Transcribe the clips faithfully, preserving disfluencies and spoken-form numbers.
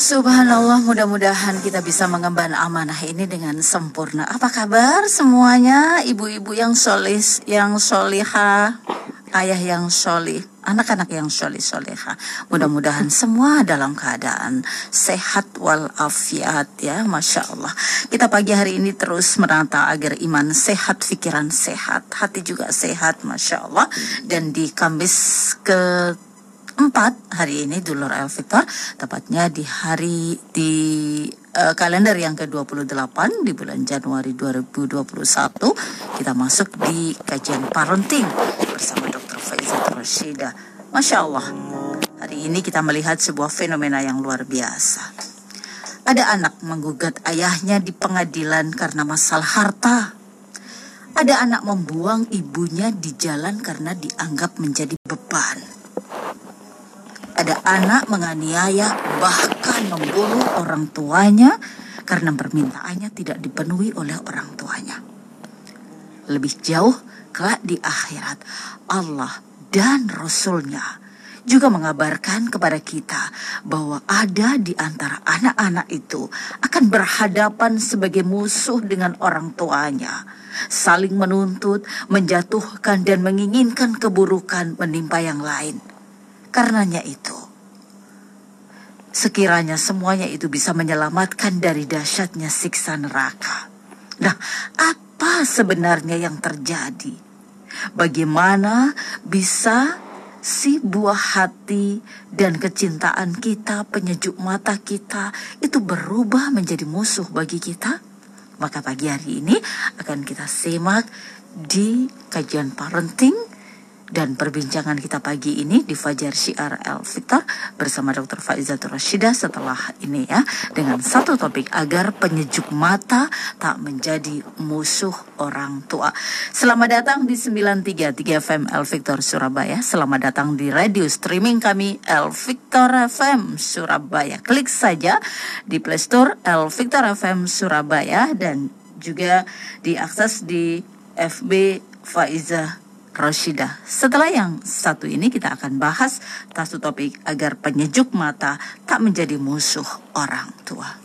Subhanallah, mudah-mudahan kita bisa mengemban amanah ini dengan sempurna. Apa kabar semuanya? Ibu-ibu yang solis, yang solihah, ayah yang solih, anak-anak yang solih-solihah. Mudah-mudahan semua dalam keadaan sehat walafiat ya, Masya Allah. Kita pagi hari ini terus menata agar iman sehat, pikiran sehat, hati juga sehat, Masya Allah. Dan di Kamis ke empat hari ini Dulur El Fiktor, tepatnya di hari di uh, kalender yang ke dua puluh delapan di bulan Januari dua ribu dua puluh satu, kita masuk di kajian parenting bersama dokter Faizat Rashida. Masya Allah, hari ini kita melihat sebuah fenomena yang luar biasa. Ada anak menggugat ayahnya di pengadilan karena masalah harta. Ada anak membuang ibunya di jalan karena dianggap menjadi beban. Ada anak menganiaya, bahkan membunuh orang tuanya karena permintaannya tidak dipenuhi oleh orang tuanya. Lebih jauh, kelak di akhirat, Allah dan Rasul-Nya juga mengabarkan kepada kita bahwa ada di antara anak-anak itu akan berhadapan sebagai musuh dengan orang tuanya, saling menuntut, menjatuhkan dan menginginkan keburukan menimpa yang lain. Karenanya itu, sekiranya semuanya itu bisa menyelamatkan dari dahsyatnya siksa neraka. Nah, apa sebenarnya yang terjadi? Bagaimana bisa si buah hati dan kecintaan kita, penyejuk mata kita, itu berubah menjadi musuh bagi kita? Maka pagi hari ini akan kita simak di kajian parenting. Dan perbincangan kita pagi ini di Fajar Syiar El Fiktor bersama dokter Faizat Rashida setelah ini ya, dengan satu topik agar penyejuk mata tak menjadi musuh orang tua. Selamat datang di sembilan tiga tiga F M El Fiktor Surabaya. Selamat datang di radio streaming kami El Fiktor F M Surabaya. Klik saja di Play Store El Fiktor F M Surabaya dan juga diakses di F B Faizah Rashida. Setelah yang satu ini kita akan bahas satu topik agar penyejuk mata tak menjadi musuh orang tua.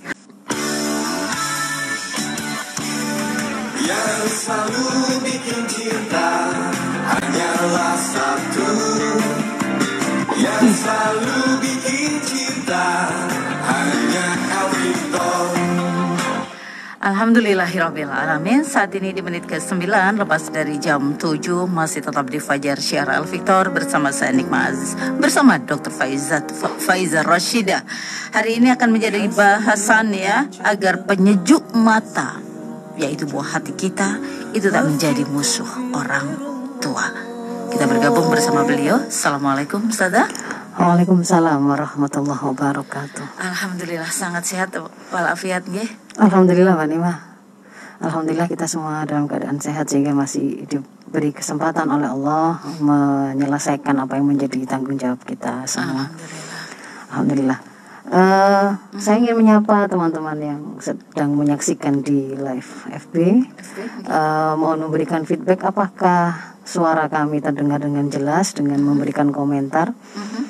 Yang selalu bikin cinta hanyalah satu. Yang selalu bikin cinta hanya El Fiktor. Alhamdulillahirabbil alamin. Saat ini di menit ke sembilan lepas dari jam tujuh masih tetap di Fajar Syiar El Fiktor bersama saya Nikma Aziz bersama dokter Faizat Faizah Rashida. Hari ini akan menjadi bahasan ya, agar penyejuk mata, yaitu buah hati kita, itu tak menjadi musuh orang tua. Kita bergabung bersama beliau. Assalamualaikum Ustazah. Waalaikumsalam warahmatullahi wabarakatuh. Alhamdulillah sangat sehat walafiat nggih. Alhamdulillah Mbak Nima. Alhamdulillah kita semua dalam keadaan sehat sehingga masih diberi kesempatan oleh Allah menyelesaikan apa yang menjadi tanggung jawab kita semua. Alhamdulillah. Alhamdulillah. Uh, hmm. Saya ingin menyapa teman-teman yang sedang menyaksikan di live F B. Uh, mohon memberikan feedback apakah suara kami terdengar dengan jelas dengan memberikan komentar. Hmm.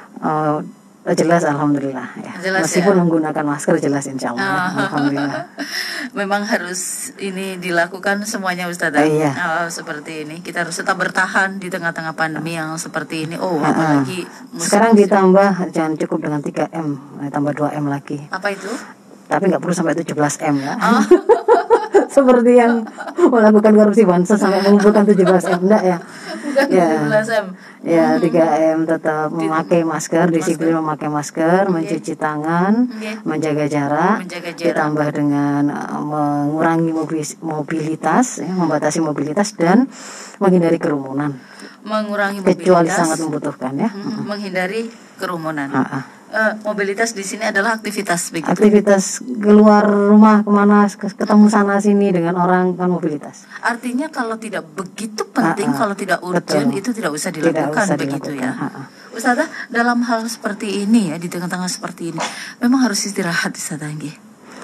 Uh, jelas alhamdulillah ya. Jelas, meskipun ya? Menggunakan masker jelas insya Allah. Oh. Ya. Alhamdulillah. Memang harus ini dilakukan semuanya Ustazah. Eh, iya. Oh, seperti ini kita harus tetap bertahan di tengah-tengah pandemi yang seperti ini. Oh, apalagi uh, sekarang ditambah jangan cukup dengan tiga M, tambah dua M lagi. Apa itu? Tapi nggak perlu sampai tujuh belas M ya. Oh. Seperti yang melakukan korupsi bansos sampai mengumpulkan tujuh belas M enggak ya? Bukan ya. tujuh belas M. Ya, tiga M tetap memakai masker, disiplin memakai masker, okay. Mencuci tangan, okay. menjaga, jarak, menjaga jarak, ditambah dengan uh, mengurangi mobilitas, ya, membatasi mobilitas dan menghindari kerumunan. Mengurangi mobilitas. Kecuali sangat membutuhkan ya. Mm-hmm. Menghindari kerumunan. Ha-ha. Uh, mobilitas di sini adalah aktivitas begitu. Aktivitas keluar rumah kemana, ketemu sana sini dengan orang kan mobilitas. Artinya kalau tidak begitu penting, uh-uh. kalau tidak urgent itu tidak usah dilakukan, tidak usah begitu dilakukan. Ya. Uh-uh. Ustazah, dalam hal seperti ini ya, di tengah-tengah seperti ini, memang harus istirahat Ustazah nggih.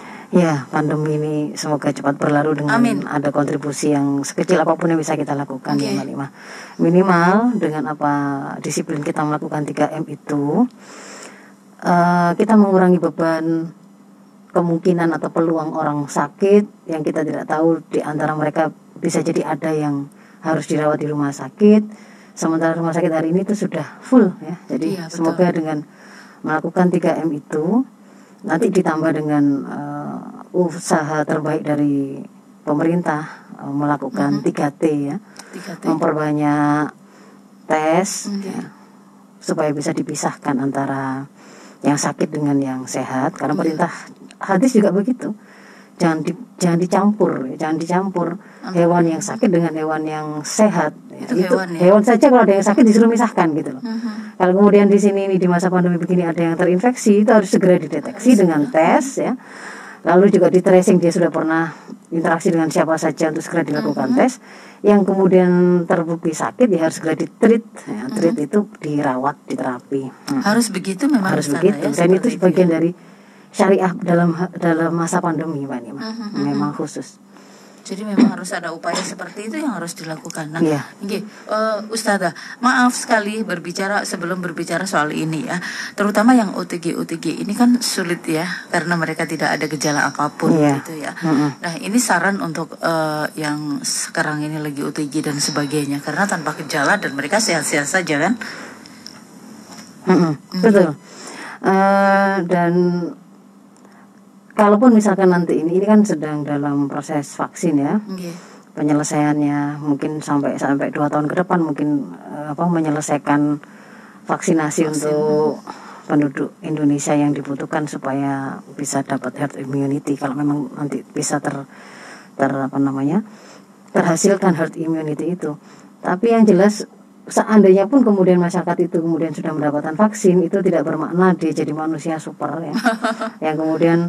Ya, pandemi ini semoga cepat berlalu dengan Amin. Ada kontribusi yang sekecil apapun yang bisa kita lakukan okay. Ya Mbak. Minimal dengan apa disiplin kita melakukan tiga M itu. uh, kita mengurangi beban kemungkinan atau peluang orang sakit yang kita tidak tahu. Di antara mereka bisa jadi ada yang harus dirawat di rumah sakit, sementara rumah sakit hari ini itu sudah full ya. Jadi Iya, betul. semoga dengan melakukan tiga M itu nanti ditambah dengan uh, usaha terbaik dari pemerintah uh, melakukan tiga T ya, tiga T. memperbanyak tes Oke. ya, supaya bisa dipisahkan antara yang sakit dengan yang sehat. Karena perintah hadis juga begitu, jangan di, jangan dicampur, jangan dicampur hewan yang sakit dengan hewan yang sehat. Itu Itu hewan ya? hewan saja kalau ada yang sakit disuruh misahkan gitu loh. Mhm. Kalau kemudian di sini ini di masa pandemi begini ada yang terinfeksi, itu harus segera dideteksi dengan tes ya. Lalu juga di tracing dia sudah pernah interaksi dengan siapa saja untuk segera dilakukan tes. Yang kemudian terbukti sakit ya harus segera ditreat. Ya, treat itu dirawat, diterapi. Hmm. Harus begitu memang Harus Ustazah, begitu. ya, Dan itu seperti sebagian ya. dari syariah dalam dalam masa pandemi, Mbak Nima. Memang khusus. Jadi memang harus ada upaya seperti itu yang harus dilakukan. Nah, Iya. nggih, eh, Ustazah, maaf sekali berbicara sebelum berbicara soal ini ya, terutama yang O T G O T G ini kan sulit ya, karena mereka tidak ada gejala apapun Iya. gitu ya. Mm-mm. Nah, ini saran untuk eh, yang sekarang ini lagi O T G dan sebagainya, karena tanpa gejala dan mereka sehat-sehat saja kan. Mm-mm, betul. Eh, dan kalaupun misalkan nanti ini ini kan sedang dalam proses vaksin ya, Nggih. penyelesaiannya mungkin sampai sampai dua tahun ke depan mungkin eh, apa menyelesaikan vaksinasi untuk penduduk Indonesia yang dibutuhkan supaya bisa dapat herd immunity. Kalau memang nanti bisa ter ter apa namanya terhasilkan herd immunity itu. Tapi yang jelas seandainya pun kemudian masyarakat itu kemudian sudah mendapatkan vaksin, itu tidak bermakna dia jadi manusia super ya. Yang kemudian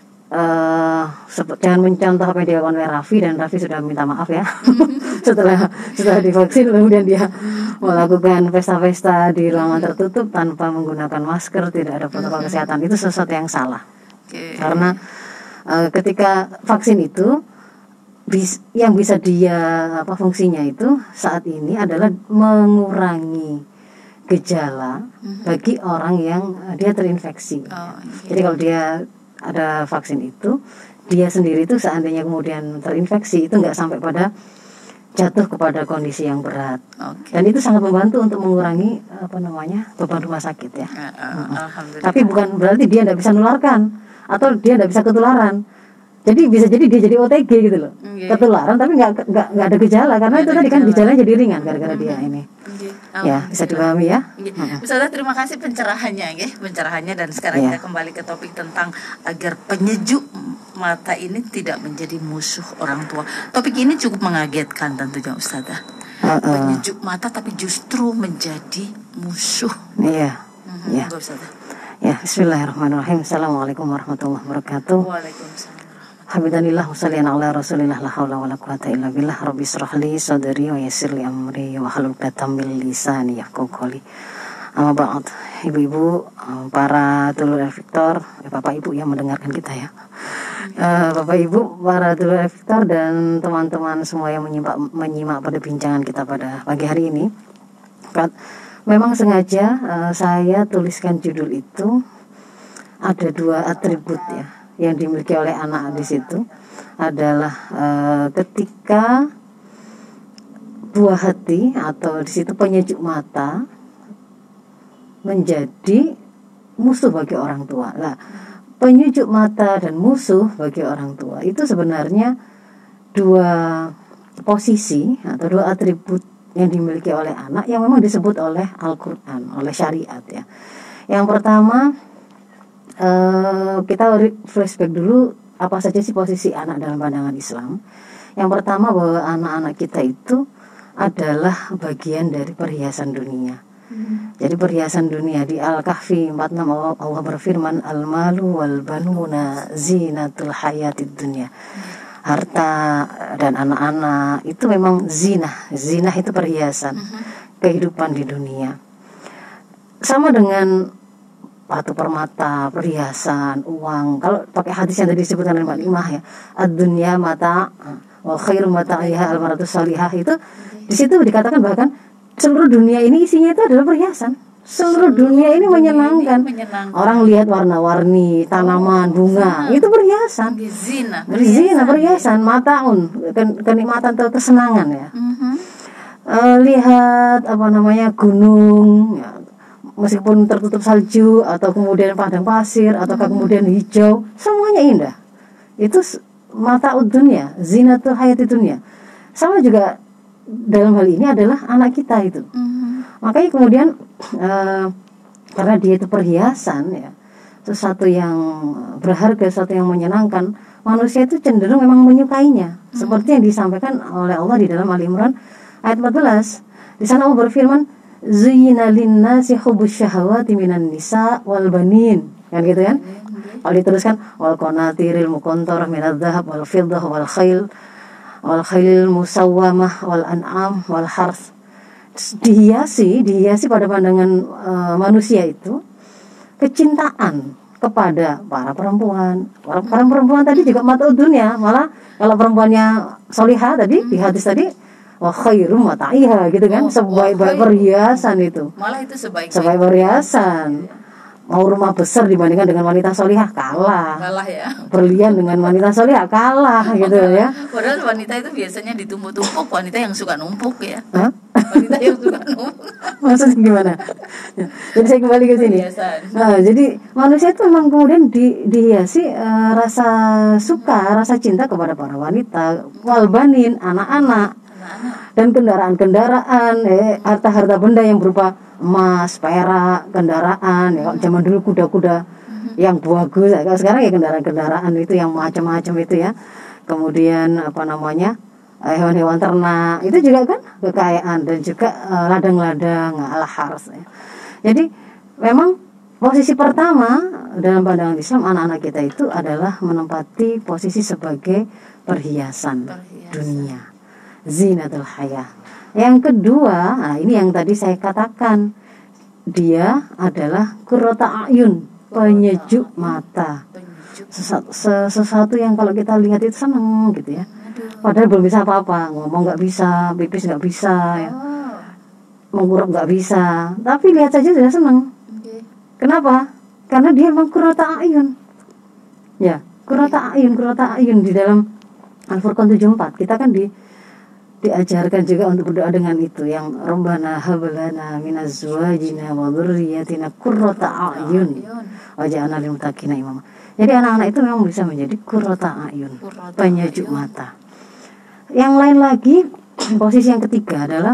Uh, sep- jangan mencontoh apa yang dilakukan oleh Raffi, dan Raffi sudah minta maaf ya setelah setelah divaksin kemudian dia melakukan pesta-pesta di ruangan tertutup tanpa menggunakan masker, tidak ada protokol kesehatan. Itu sesuatu yang salah. Oke. Karena uh, ketika vaksin itu bis, yang bisa dia apa fungsinya itu saat ini adalah mengurangi gejala bagi orang yang uh, dia terinfeksi. Oh, oke. Jadi kalau dia ada vaksin itu, dia sendiri itu seandainya kemudian terinfeksi itu nggak sampai pada jatuh kepada kondisi yang berat. Oke. Dan itu sangat membantu untuk mengurangi apa namanya beban rumah sakit ya. Eh, eh, Alhamdulillah. Tapi bukan berarti dia tidak bisa menularkan atau dia tidak bisa ketularan. Jadi bisa jadi dia jadi O T G gitu loh, Oke. ketularan tapi nggak nggak nggak ada gejala karena Nggak itu ada tadi kan gejala. gejalanya jadi ringan gara-gara dia ini. Oke. Ya bisa Alhamdulillah. dipahami ya. Nggih. Ustazah, terima kasih pencerahannya nggih, pencerahannya, dan sekarang Iya. kita kembali ke topik tentang agar penyejuk mata ini tidak menjadi musuh orang tua. Topik ini cukup mengagetkan tentunya Ustazah. Uh-uh. Penyejuk mata tapi justru menjadi musuh. Iya. Mhm, Iya. monggo, Ustazah. Ya, bismillahirrahmanirrahim. Assalamualaikum warahmatullahi wabarakatuh. Waalaikumsalam. Hamdanillah wa sallian ala rasulillah la haula wa la quwata illa billah. Rabbi israh li sadri wa yassir li amri wa hlul uqdatam min lisani yafqahu qawli. Amma ba'd. Ibu-ibu, para dulur Victor, eh, Bapak Ibu yang mendengarkan kita ya. Eh, Bapak Ibu, para dulur Victor dan teman-teman semua yang menyimak menyimak pada bincangan kita pada pagi hari ini. Memang sengaja eh, saya tuliskan judul itu ada dua atribut ya yang dimiliki oleh anak di situ adalah uh, ketika buah hati atau di situ penyejuk mata menjadi musuh bagi orang tua. Nah, penyejuk mata dan musuh bagi orang tua itu sebenarnya dua posisi atau dua atribut yang dimiliki oleh anak yang memang disebut oleh Al-Quran, oleh syariat ya. Yang pertama, Uh, kita flashback dulu apa saja sih posisi anak dalam pandangan Islam. Yang pertama bahwa anak-anak kita itu adalah bagian dari perhiasan dunia. Hmm. Jadi perhiasan dunia di Al-Kahfi empat puluh enam Allah, Allah berfirman al-malu wal banuna zinatul hayatid dunya. Harta dan anak-anak itu memang zinah. Zinah itu perhiasan hmm. kehidupan di dunia. Sama dengan batu permata, perhiasan, uang. Kalau pakai hadis yang tadi disebutkan oleh Mbak Limah ya, ad-dunya mata wa khairu mata'iha al-maratu salihah, itu di situ dikatakan bahkan seluruh dunia ini isinya itu adalah perhiasan. seluruh dunia ini menyenangkan. menyenangkan. Orang lihat warna-warni tanaman, bunga, itu perhiasan. Zina, Berzina, perhiasan, mataun, ken- kenikmatan atau kesenangan ya. Mhm. Eh, lihat apa namanya gunung, ya, meskipun tertutup salju atau kemudian padang pasir atau kemudian hijau, semuanya indah. Itu s- mata dunia, zinatul hayati dunia. Sama juga dalam hal ini adalah anak kita itu. Mhm. Makanya kemudian eh, karena dia itu perhiasan ya, sesuatu yang berharga, sesuatu yang menyenangkan, manusia itu cenderung memang menyukainya. Seperti yang disampaikan oleh Allah di dalam Ali Imran ayat empat belas. Di sana Allah berfirman, "Zuyyina lin-nasi hubbus syahawati minan nisa wal banin." Kan gitu kan? Kalau diteruskan, wal qanatiril muqantarah minadz dzahab wal fiddah wal khail wal khailil musawwamah wal an'am wal harth. Dihiasi, dihiasi pada pandangan uh, manusia itu kecintaan kepada para perempuan. Para, para perempuan tadi juga mata dunia. Malah kalau perempuannya solihah tadi di hadis tadi, wa khairum mata'iha gitu kan, Oh, sebaik-baik wa khairum. perhiasan itu. Malah itu sebaik Sebaik perhiasan. Mau rumah besar dibandingkan dengan wanita solihah kalah. kalah ya. Berlian dengan wanita solihah kalah gitu ya. Padahal wanita itu biasanya ditumpuk-tumpuk, wanita yang suka numpuk ya. Hah? Wanita yang suka numpuk. Maksudnya gimana? Jadi saya kembali ke sini. Perhiasan. Nah, jadi manusia itu memang kemudian di, dihiasi eh, rasa suka, rasa cinta kepada para wanita, walbanin, anak-anak, Anak-anak. dan kendaraan-kendaraan, eh, harta-harta benda yang berupa emas, perak, kendaraan. Ya, kalau zaman dulu kuda-kuda yang bagus, kalau sekarang ya kendaraan-kendaraan itu yang macam-macam itu ya. Kemudian apa namanya? eh, hewan-hewan ternak itu juga kan kekayaan, dan juga eh, ladang-ladang, al-harth ya. Jadi memang posisi pertama dalam pandangan Islam anak-anak kita itu adalah menempati posisi sebagai perhiasan, Perhiasan. dunia, zinatul hayah. Yang kedua, nah ini yang tadi saya katakan, dia adalah qurrata ayun, penyejuk mata. Penyejuk. Sesuatu, se- sesuatu yang kalau kita lihat itu seneng gitu ya. Aduh. Padahal belum bisa apa-apa, ngomong nggak bisa, pipis nggak bisa, ya, Oh. mengurap nggak bisa, tapi lihat saja sudah seneng. Oke. Kenapa? Karena dia memang qurrata ayun. Ya, qurrata ayun, qurrata ayun di dalam Al-Furqan tujuh puluh empat kita kan di diajarkan juga untuk berdoa dengan itu, yang Rabbana hablana minazwajina wa dzurriyyatina qurrata ayun waj'alna lil muttaqina imama. Jadi anak-anak itu memang bisa menjadi qurrata ayun, Qurrata penyejuk ayun. mata. Yang lain lagi, posisi yang ketiga adalah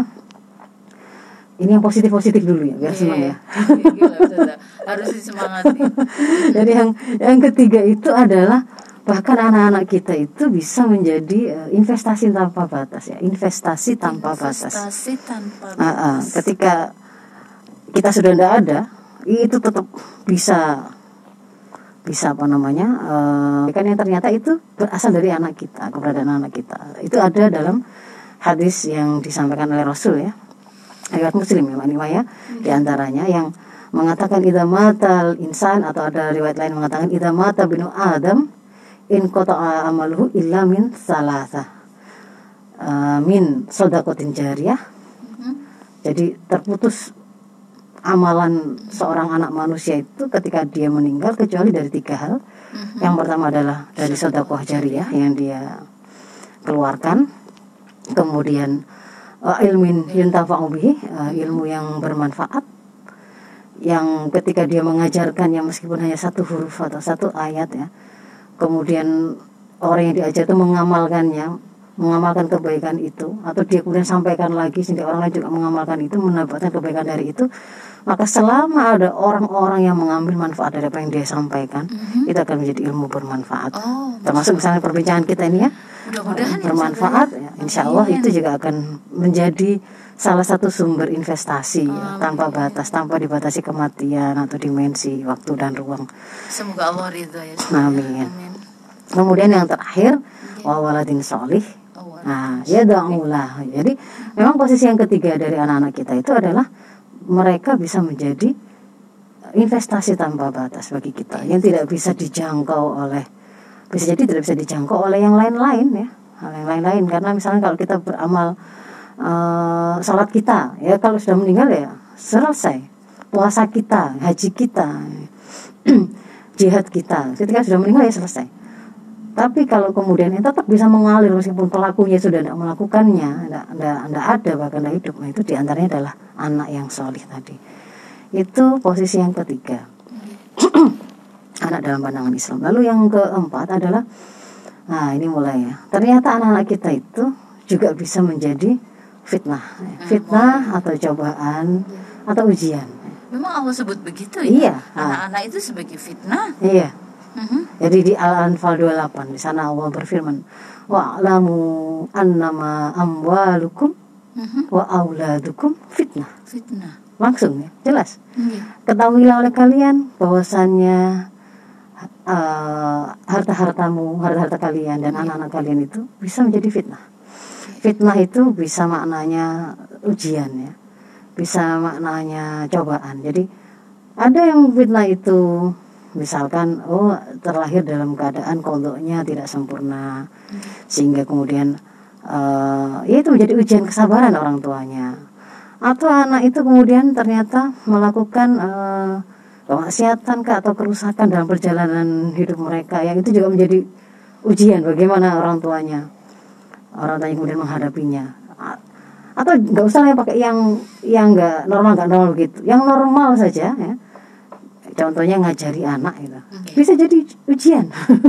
ini yang positif-positif dulu ya, biar senang ya. Gila, Ustazah. Harus disemangati. Jadi yang yang ketiga itu adalah bahkan anak-anak kita itu bisa menjadi uh, investasi tanpa batas ya, investasi tanpa batas. Investasi tanpa Uh, uh, batas. ketika kita sudah tidak ada, itu tetap bisa bisa apa namanya? Uh, kan yang ternyata itu berasal dari anak kita, keberadaan anak kita. Itu ada dalam hadis yang disampaikan oleh Rasul ya, riwayat Muslim ya, Mbak ya, di antaranya yang mengatakan idza matal insan, atau ada riwayat lain mengatakan idza mata binu Adam in qata'a amaluhu illa min salatha, uh, min shadaqatin jariyah. Mhm. Jadi terputus amalan seorang anak manusia itu ketika dia meninggal kecuali dari tiga hal. Mhm. Yang pertama adalah dari sedekah jariyah yang dia keluarkan, kemudian uh, ilmin yuntafa'u bihi, uh, ilmu yang bermanfaat, yang ketika dia mengajarkannya meskipun hanya satu huruf atau satu ayat ya, kemudian orang yang diajar itu mengamalkannya, mengamalkan kebaikan itu, atau dia kemudian sampaikan lagi sehingga orang lain juga mengamalkan itu, mendapatkan kebaikan dari itu, maka selama ada orang-orang yang mengambil manfaat dari apa yang dia sampaikan, Mhm. itu akan menjadi ilmu bermanfaat. Oh, Termasuk misalnya perbincangan kita ini ya, mudah-mudahan ya, bermanfaat Ustazah. ya, insya Allah Amin. itu juga akan menjadi salah satu sumber investasi ya, Amin. tanpa batas, tanpa dibatasi kematian atau dimensi waktu dan ruang. Semoga Allah ridha ya. Ustazah. Amin. Amin. Kemudian yang terakhir, wawaladin solih. Oh, Nah, ya da'ulah. Jadi memang posisi yang ketiga dari anak-anak kita itu adalah mereka bisa menjadi investasi tanpa batas bagi kita, yang tidak bisa dijangkau oleh, bisa jadi tidak bisa dijangkau oleh yang lain-lain ya, hal yang lain-lain. Karena misalnya kalau kita beramal uh, salat kita ya, kalau sudah meninggal ya selesai, puasa kita, haji kita, jihad kita, ketika sudah meninggal ya selesai. Tapi kalau kemudian ini tetap bisa mengalir meskipun pelakunya sudah tidak melakukannya, tidak ada bahkan tidak hidup, nah itu diantaranya adalah anak yang solih tadi. Itu posisi yang ketiga, anak dalam pandangan Islam. Lalu yang keempat adalah, nah ini mulai ya, ternyata anak-anak kita itu juga bisa menjadi fitnah, fitnah atau cobaan atau ujian. Memang Allah sebut begitu ya? Iya. Anak-anak itu sebagai fitnah. Iya. Mhm. Jadi di Al-Anfal dua puluh delapan di sana Allah berfirman, wa'lamu annama amwalukum Mhm. wa auladukum fitnah. Fitnah. Langsung ya, jelas. Iya. Ketahuilah oleh kalian bahwasannya uh, harta-hartamu, harta-harta kalian dan anak-anak kalian itu bisa menjadi fitnah. Fitnah itu bisa maknanya ujian ya, bisa maknanya cobaan. Jadi ada yang fitnah itu misalkan oh terlahir dalam keadaan kodoknya tidak sempurna, sehingga kemudian uh, ya itu menjadi ujian kesabaran orang tuanya. Atau anak itu kemudian ternyata melakukan uh, kemaksiatan kah, atau kerusakan dalam perjalanan hidup mereka, yang itu juga menjadi ujian bagaimana orang tuanya orang tuanya kemudian menghadapinya. Atau nggak usah ya pakai yang yang nggak normal nggak normal begitu, yang normal saja ya. Contohnya ngajari anak itu okay. Bisa jadi ujian.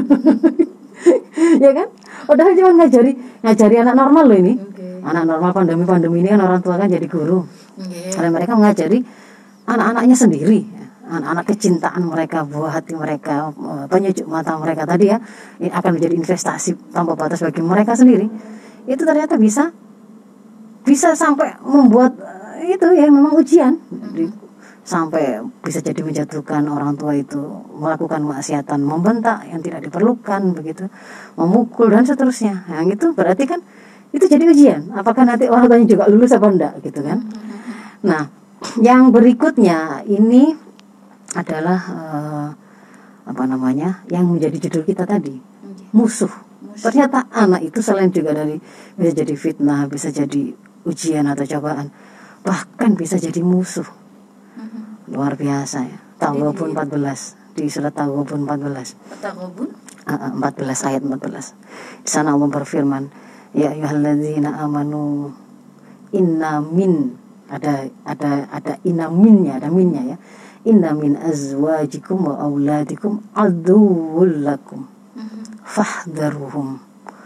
Ya kan? Padahal cuma ngajari ngajari anak normal loh ini. Okay. Anak normal pandemi-pandemi ini kan orang tua kan jadi guru. Okay. Dan mereka mengajari anak-anaknya sendiri. Anak-anak kecintaan mereka, buah hati mereka, penyejuk mata mereka tadi ya, ini akan menjadi investasi tanpa batas bagi mereka sendiri. Itu ternyata bisa bisa sampai membuat itu ya memang ujian. Mm-hmm. Sampai bisa jadi menjatuhkan orang tua itu melakukan kemaksiatan, membentak yang tidak diperlukan begitu, memukul dan seterusnya. Yang itu berarti kan itu jadi ujian. Apakah nanti orang tuanya juga lulus apa enggak gitu kan? Nah, yang berikutnya ini adalah uh, apa namanya yang menjadi judul kita tadi, musuh. Ternyata anak itu selain juga dari bisa jadi fitnah, bisa jadi ujian atau cobaan, bahkan bisa jadi musuh. Luar biasa ya. Taghabun empat belas, di surat Taghabun empat belas. Taghabun uh, empat belas ayat empat belas. Di sana Allah berfirman, ya ayyuhalladzina amanu inna min, ada ada ada inna minnya, ada minnya ya. Inna min azwajikum wa auladikum aduwwul lakum fahdharuhum.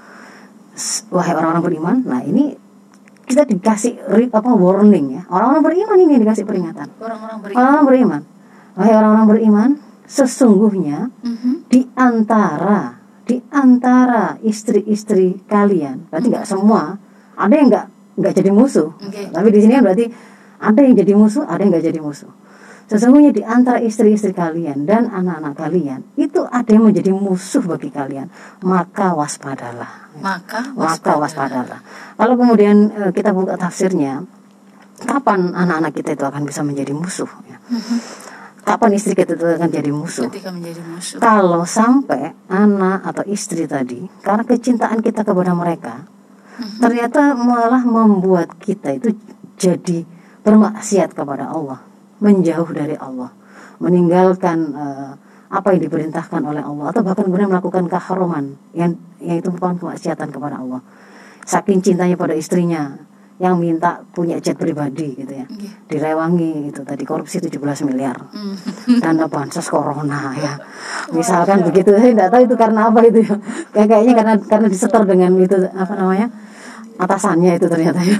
Wahai orang-orang beriman, nah ini kita dikasih apa warning ya. Orang-orang beriman ini dikasih peringatan. Orang-orang beriman. Orang-orang beriman. Wahai orang-orang beriman, sesungguhnya mm-hmm. di antara di antara istri-istri kalian, berarti nggak mm-hmm. semua, ada yang nggak nggak jadi musuh. Okay. Tapi di sini berarti ada yang jadi musuh, ada yang nggak jadi musuh. Sesungguhnya di antara istri-istri kalian dan anak-anak kalian itu ada yang menjadi musuh bagi kalian, maka waspadalah. Maka waspadalah. Maka waspadalah. Kalau kemudian e, kita buka tafsirnya, kapan anak-anak kita itu akan bisa menjadi musuh? Ya? Mm-hmm. Kapan istri kita itu akan jadi musuh? Ketika menjadi musuh. Kalau sampai anak atau istri tadi, karena kecintaan kita kepada mereka, mm-hmm. ternyata malah membuat kita itu jadi bermaksiat kepada Allah, menjauh dari Allah, meninggalkan uh, apa yang diperintahkan oleh Allah, atau bahkan kemudian melakukan keharuman yang yang itu merupakan kemaksiatan kepada Allah. Saking cintanya pada istrinya, yang minta punya jet pribadi gitu ya, okay. direwangi itu tadi korupsi tujuh belas miliar, mm. dan bansos corona ya, misalkan begitu. Saya tidak tahu itu karena apa itu ya, kayaknya karena karena disetor dengan itu apa namanya atasannya itu ternyata ya.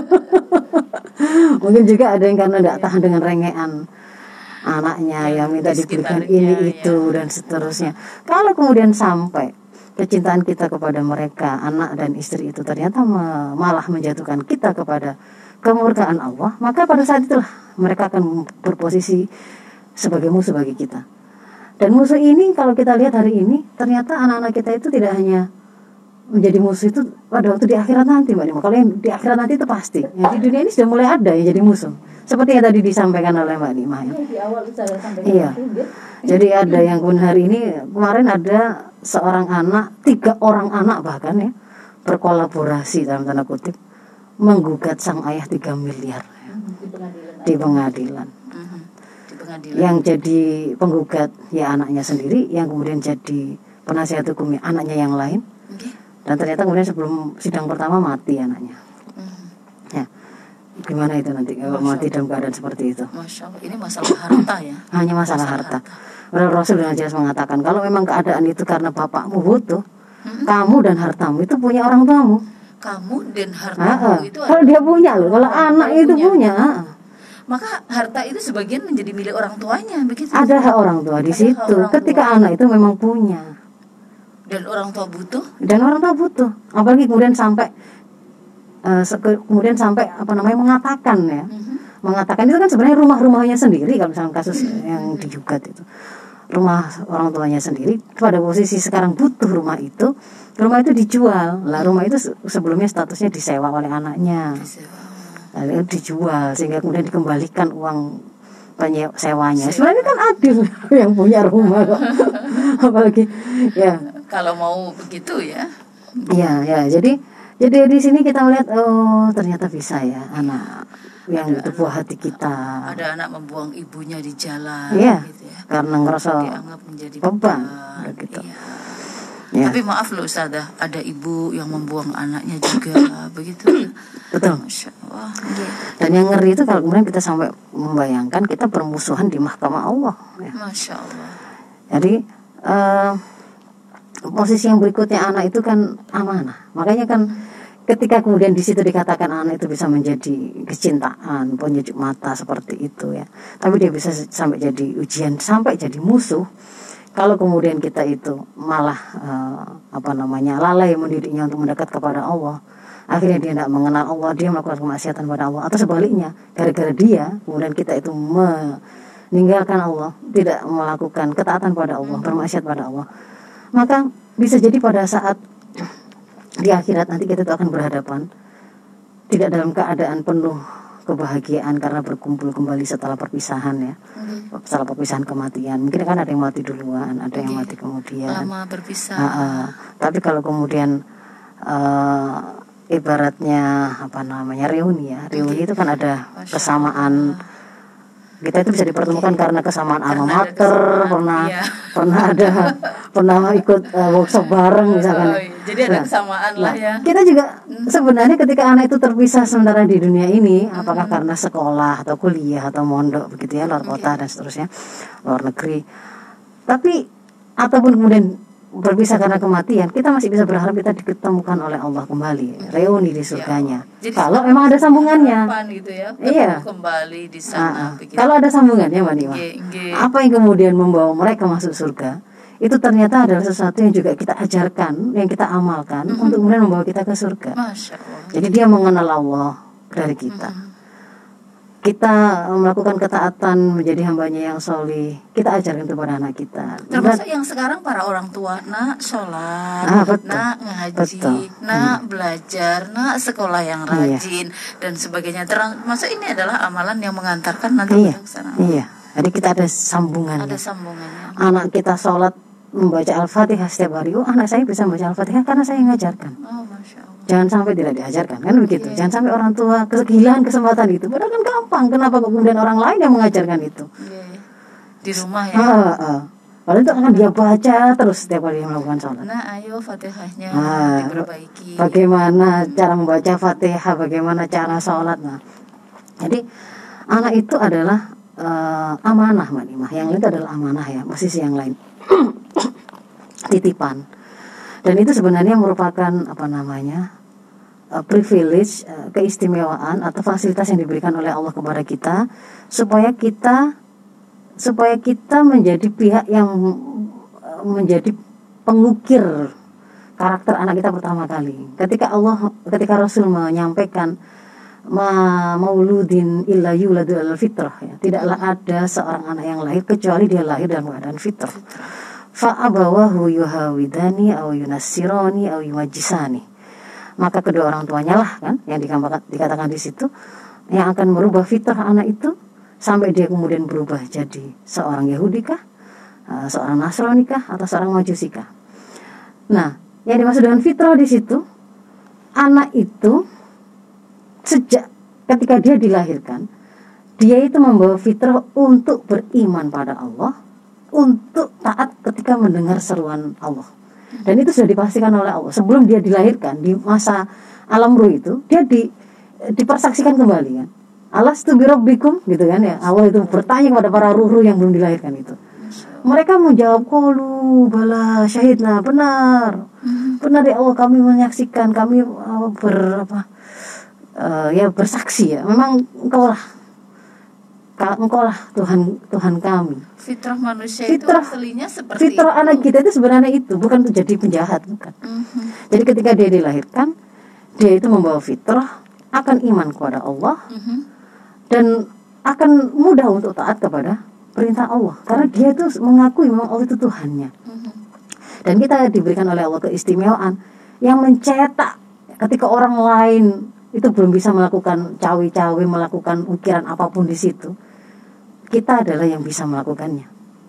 Mungkin juga ada yang karena tidak tahan dengan rengean anaknya yang minta diberikan ini itu ya. Dan seterusnya. Kalau kemudian sampai kecintaan kita kepada mereka, anak dan istri itu ternyata me- malah menjatuhkan kita kepada kemurkaan Allah, maka pada saat itulah mereka akan berposisi sebagai musuh bagi kita. Dan musuh ini kalau kita lihat hari ini, ternyata anak-anak kita itu tidak hanya menjadi musuh itu pada waktu di akhirat nanti, Mbak Nima. Kalau yang di akhirat nanti itu pasti. Ya, di dunia ini sudah mulai ada yang jadi musuh. Seperti yang tadi disampaikan oleh Mbak Nima ya. Di awal saya sampaikan. Iya. Itu, jadi ada yang pun hari ini, kemarin ada seorang anak, tiga orang anak bahkan ya, berkolaborasi dalam tanda kutip menggugat sang ayah tiga miliar ya, di pengadilan. Di pengadilan. Uh-huh. pengadilan. Yang jadi penggugat ya anaknya sendiri, yang kemudian jadi penasihat hukumnya anaknya yang lain. Okay. Dan ternyata kemudian sebelum sidang pertama mati anaknya. Hmm. Ya, gimana itu nanti kalau mati dalam keadaan seperti itu? Masya Allah, ini masalah harta ya. Hanya masalah, masalah harta. Padahal Rasul dengan jelas mengatakan kalau memang keadaan itu karena bapakmu butuh, hmm. kamu dan hartamu itu punya orang tuamu. Kamu dan hartamu ah, itu kalau dia punya loh, kalau anak itu punya, punya. Maka harta itu sebagian menjadi milik orang tuanya, begitu. Ada hak orang tua di situ. Ketika tua. Anak itu memang punya. Dan orang tua butuh. Dan orang tua butuh. Apalagi kemudian sampai uh, kemudian sampai apa namanya mengatakan ya, mm-hmm. mengatakan itu kan sebenarnya rumah-rumahnya sendiri kalau misalnya kasus mm-hmm. yang digugat itu. Rumah orang tuanya sendiri pada posisi sekarang butuh rumah itu, rumah itu dijual. Lah rumah itu sebelumnya statusnya disewa oleh anaknya. Lalu dijual sehingga kemudian dikembalikan uang penyewanya. Sebenarnya kan adil yang punya rumah kok. Apalagi ya kalau mau begitu ya. Ya, ya. Jadi jadi di sini kita melihat oh ternyata bisa ya anak yang ada itu buah hati kita. Ada anak membuang ibunya di jalan ya, gitu ya. Karena ngerasa dianggap menjadi beban gitu. Iya. Ya. Tapi maaf loh Ustazah, ada ibu yang membuang anaknya juga begitu. Betul. Masya Allah. Ya. Dan yang ngeri itu kalau kemudian kita sampai membayangkan kita bermusuhan di mahkamah Allah. Ya. Masya Allah. Jadi uh, posisi yang berikutnya anak itu kan amanah. Makanya kan ketika kemudian di situ dikatakan anak itu bisa menjadi kecintaan, penyejuk mata seperti itu ya. Tapi dia bisa sampai jadi ujian, sampai jadi musuh. Kalau kemudian kita itu malah uh, apa namanya lalai mendidiknya untuk mendekat kepada Allah, akhirnya dia tidak mengenal Allah, dia melakukan kemaksiatan pada Allah, atau sebaliknya gara-gara dia kemudian kita itu meninggalkan Allah, tidak melakukan ketaatan pada Allah, bermaksiat pada Allah, maka bisa jadi pada saat di akhirat nanti kita itu akan berhadapan tidak dalam keadaan penuh kebahagiaan karena berkumpul kembali setelah perpisahan ya, hmm. setelah perpisahan kematian. Mungkin kan ada yang mati duluan, ada okay. yang mati kemudian. Lama berpisah. Uh, uh, tapi kalau kemudian uh, ibaratnya apa namanya reuni ya, reuni okay. itu kan ada Masya kesamaan. Allah. Kita itu bisa dipertemukan okay. karena kesamaan alma mater, pernah iya. pernah ada pernah ikut uh, workshop bareng misalkan. Oh, iya. Jadi ada nah, kesamaan lah ya. Kita juga sebenarnya ketika anak itu terpisah sementara di dunia ini, mm-hmm. apakah karena sekolah atau kuliah atau mondok begitu ya, luar kota okay. dan seterusnya, luar negeri. Tapi ataupun kemudian berpisah karena kematian, kita masih bisa berharap kita diketemukan oleh Allah kembali, reuni di surganya. Ya. Kalau memang ada sambungannya. Gitu ya, iya. Kembali di sana. Uh, kalau ada sambungannya, Mbak Nima. Apa yang kemudian membawa mereka masuk surga? Itu ternyata adalah sesuatu yang juga kita ajarkan, yang kita amalkan mm-hmm. untuk kemudian membawa kita ke surga. Masya Allah. Jadi dia mengenal Allah dari kita. Mm-hmm. Kita melakukan ketaatan menjadi hambanya yang solih. Kita ajarkan kepada anak kita. Termasuk yang sekarang para orang tua, nak sholat, ah, betul. nak ngaji, betul. nak hmm. belajar, nak sekolah yang rajin iya. dan sebagainya. Termasuk ini adalah amalan yang mengantarkan nanti iya. ke sana. Iya. Jadi kita ada sambungannya. Ada sambungannya. Anak kita sholat membaca Al-Fatihah setiap hari. Oh, anak saya bisa membaca Al-Fatihah karena saya ngajarkan. Oh, Masya Allah. Jangan sampai tidak diajarkan, kan begitu. Yeah. Jangan sampai orang tua kehilangan kesempatan itu. Padahal kan gampang. Kenapa kemudian orang lain yang mengajarkan itu? Yeah. Di rumah ya. Ah, ah. Padahal itu akan dia baca terus setiap kali melakukan sholat. Nah, ayo Fatihahnya ah, diperbaiki. Bagaimana cara membaca Fatihah? Bagaimana cara sholat? Nah, jadi anak itu adalah uh, amanah, Mbak Nima. Yang itu adalah amanah ya. Posisi yang lain titipan. Dan itu sebenarnya merupakan apa namanya uh, privilege, uh, keistimewaan atau fasilitas yang diberikan oleh Allah kepada kita supaya kita supaya kita menjadi pihak yang uh, menjadi pengukir karakter anak kita pertama kali. Ketika Allah, ketika Rasul menyampaikan ma mauludin illa yuladu alal fitrah ya, tidaklah ada seorang anak yang lahir kecuali dia lahir dalam keadaan fitrah. Fa'abawahu yuhawidani au yunassirani au yumajjisani. Maka kedua orang tuanya lah kan yang dikatakan di situ yang akan merubah fitrah anak itu sampai dia kemudian berubah jadi seorang Yahudi kah, seorang Nasrani kah, atau seorang Majusi kah. Nah, yang dimaksud dengan fitrah di situ, anak itu sejak ketika dia dilahirkan, dia itu membawa fitrah untuk beriman pada Allah, untuk taat ketika mendengar seruan Allah. Dan itu sudah dipastikan oleh Allah sebelum dia dilahirkan. Di masa alam ruh itu dia di, dipersaksikan kembali kan, alastu birabbikum gitu kan ya. Allah itu bertanya kepada para ruh-ruh yang belum dilahirkan itu. Mereka menjawab, qalu bala syahidna, benar, benar ya Allah, kami menyaksikan, kami uh, ber apa uh, ya bersaksi ya, memang engkau lah, engkau lah Tuhan Tuhan kami. Fitrah manusia Fitrah, itu aslinya seperti fitrah itu. anak kita itu sebenarnya itu bukan untuk jadi penjahat, bukan. Mhm. Jadi ketika dia dilahirkan, dia itu membawa fitrah, akan iman kepada Allah, Mhm. dan akan mudah untuk taat kepada perintah Allah, karena dia itu mengakui memang Allah itu Tuhannya. Mhm. Dan kita diberikan oleh Allah keistimewaan yang mencetak ketika orang lain itu belum bisa melakukan cawe-cawe, melakukan ukiran apapun di situ, kita adalah yang bisa melakukannya.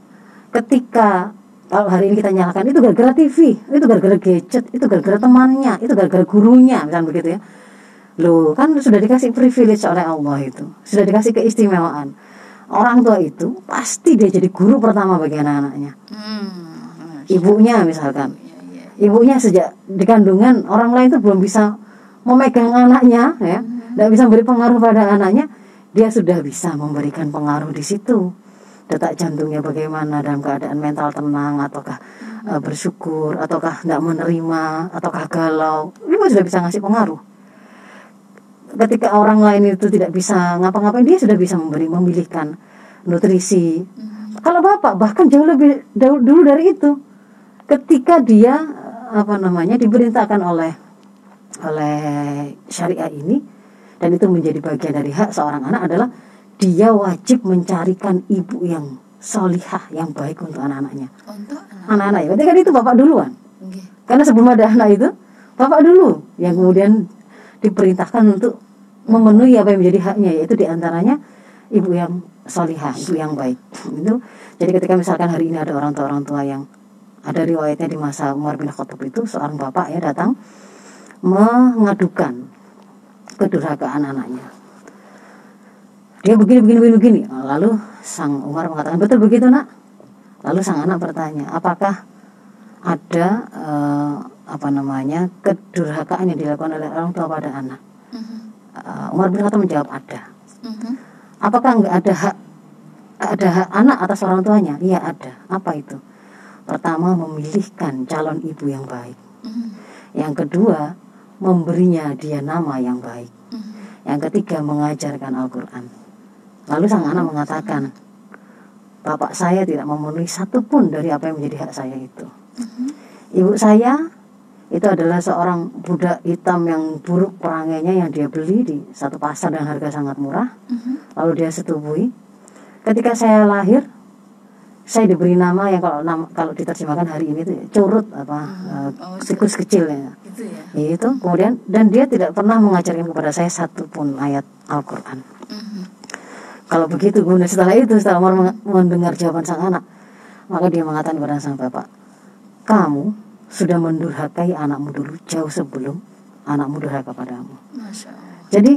Ketika kalau hari ini kita nyalakan, itu gara-gara T V, itu gara-gara gadget, itu gara-gara temannya, itu gara-gara gurunya, misalnya begitu ya. Loh, kan sudah dikasih privilege oleh Allah itu, sudah dikasih keistimewaan. Orang tua itu pasti dia jadi guru pertama bagi anak-anaknya. Hmm. Ibunya misalkan, Iya, iya. ibunya sejak di kandungan, orang lain itu belum bisa memegang anaknya, ya, tidak bisa beri pengaruh pada anaknya, dia sudah bisa memberikan pengaruh di situ. Detak jantungnya bagaimana, dalam keadaan mental tenang, ataukah uh, bersyukur, ataukah tidak menerima, ataukah galau, ibu sudah bisa ngasih pengaruh. Ketika orang lain itu tidak bisa ngapa-ngapain, dia sudah bisa memberi, memilihkan nutrisi. Kalau bapak bahkan jauh lebih jauh dulu dari itu, ketika dia apa namanya diperintahkan oleh oleh syariah ini, dan itu menjadi bagian dari hak seorang anak adalah dia wajib mencarikan ibu yang solihah, yang baik untuk anak-anaknya. Untuk anak. Anak-anak ya, berarti kan itu bapak duluan. Nggih. Karena sebelum ada anak itu, bapak dulu yang kemudian diperintahkan untuk memenuhi apa yang menjadi haknya, yaitu diantaranya ibu yang solihah, ibu yang baik. Itu jadi ketika misalkan hari ini ada orang tua orang tua yang ada riwayatnya di masa Umar bin Khattab itu, seorang bapak ya datang mengadukan kedurhakaan anaknya. Dia begini begini begini begini. Lalu sang Umar mengatakan, betul begitu nak? Lalu sang anak bertanya, apakah ada eh, apa namanya kedurhakaan yang dilakukan oleh orang tua pada anak? Mhm. Uh, Umar bin Khattab menjawab ada. Mhm. Apakah enggak ada hak ada hak anak atas orang tuanya? Iya ada. Apa itu? Pertama, memilihkan calon ibu yang baik. Mhm. Yang kedua, memberinya dia nama yang baik. Mhm. Yang ketiga, mengajarkan Al-Quran. Lalu sang anak mengatakan, bapak saya tidak memenuhi satu pun dari apa yang menjadi hak saya itu. Mhm. Ibu saya itu adalah seorang budak hitam yang buruk perangainya, yang dia beli di satu pasar dengan harga sangat murah. Mhm. Lalu dia setubui. Ketika saya lahir, saya diberi nama yang kalau nama, kalau diterjemahkan hari ini itu curut apa uh, Oh, siklus kecil ya. Gitu ya. Itu kemudian, dan dia tidak pernah mengajarkan kepada saya satu pun ayat Al-Quran. Mhm. Kalau begitu, kemudian setelah itu, setelah Umar meng- mendengar jawaban sang anak, maka dia mengatakan kepada sang bapak, kamu sudah mendurhakai anakmu dulu jauh sebelum anakmu durhaka padamu. Masya Allah. Jadi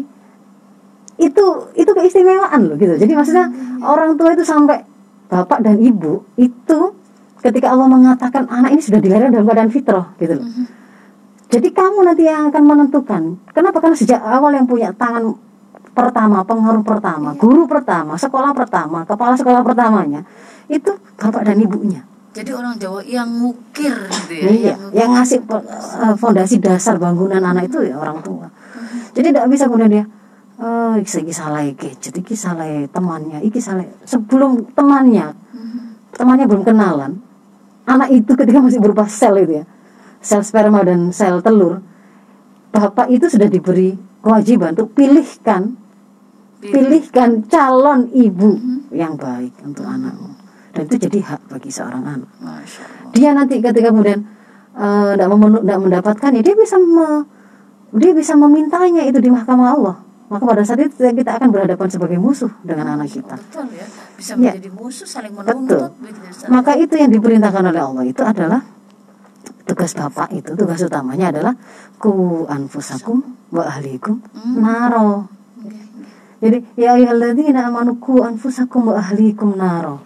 itu itu keistimewaan loh gitu. Jadi maksudnya orang tua itu sampai bapak dan ibu itu ketika Allah mengatakan anak ini sudah dilahirkan dalam keadaan fitrah gitu loh. Mhm. Jadi kamu nanti yang akan menentukan. Kenapa? Karena sejak awal yang punya tangan pertama, pengaruh pertama, guru pertama, sekolah pertama, kepala sekolah pertamanya itu bapak dan ibunya. Jadi orang Jawa yang ngukir gitu ya. Iya, yang yang ngasih uh, fondasi dasar bangunan anak itu ya orang tua. Jadi tidak bisa kemudian dia, oh, iki salah iki, jadi iki salah temannya, iki salah sebelum temannya, temannya belum kenalan. Anak itu ketika masih berupa sel itu ya, sel sperma dan sel telur, bapak itu sudah diberi kewajiban untuk pilihkan, pilihkan calon ibu yang baik untuk anakmu. Dan itu jadi hak bagi seorang anak. Masya Allah. Dia nanti ketika kemudian tidak uh, mendapatkan ya, dia bisa me, dia bisa memintanya itu di mahkamah Allah. Maka pada saat itu kita akan berhadapan sebagai musuh dengan anak kita. Betul ya. Bisa Ya. menjadi musuh, saling Betul. menuntut. begitu. Maka itu yang diperintahkan oleh Allah itu adalah tugas bapak itu, tugas utamanya adalah ku anfusakum wa ahlikum naro. Nggih, nggih. Jadi ya ayyuhalladzina amanu qu anfusakum wa ahlikum naro.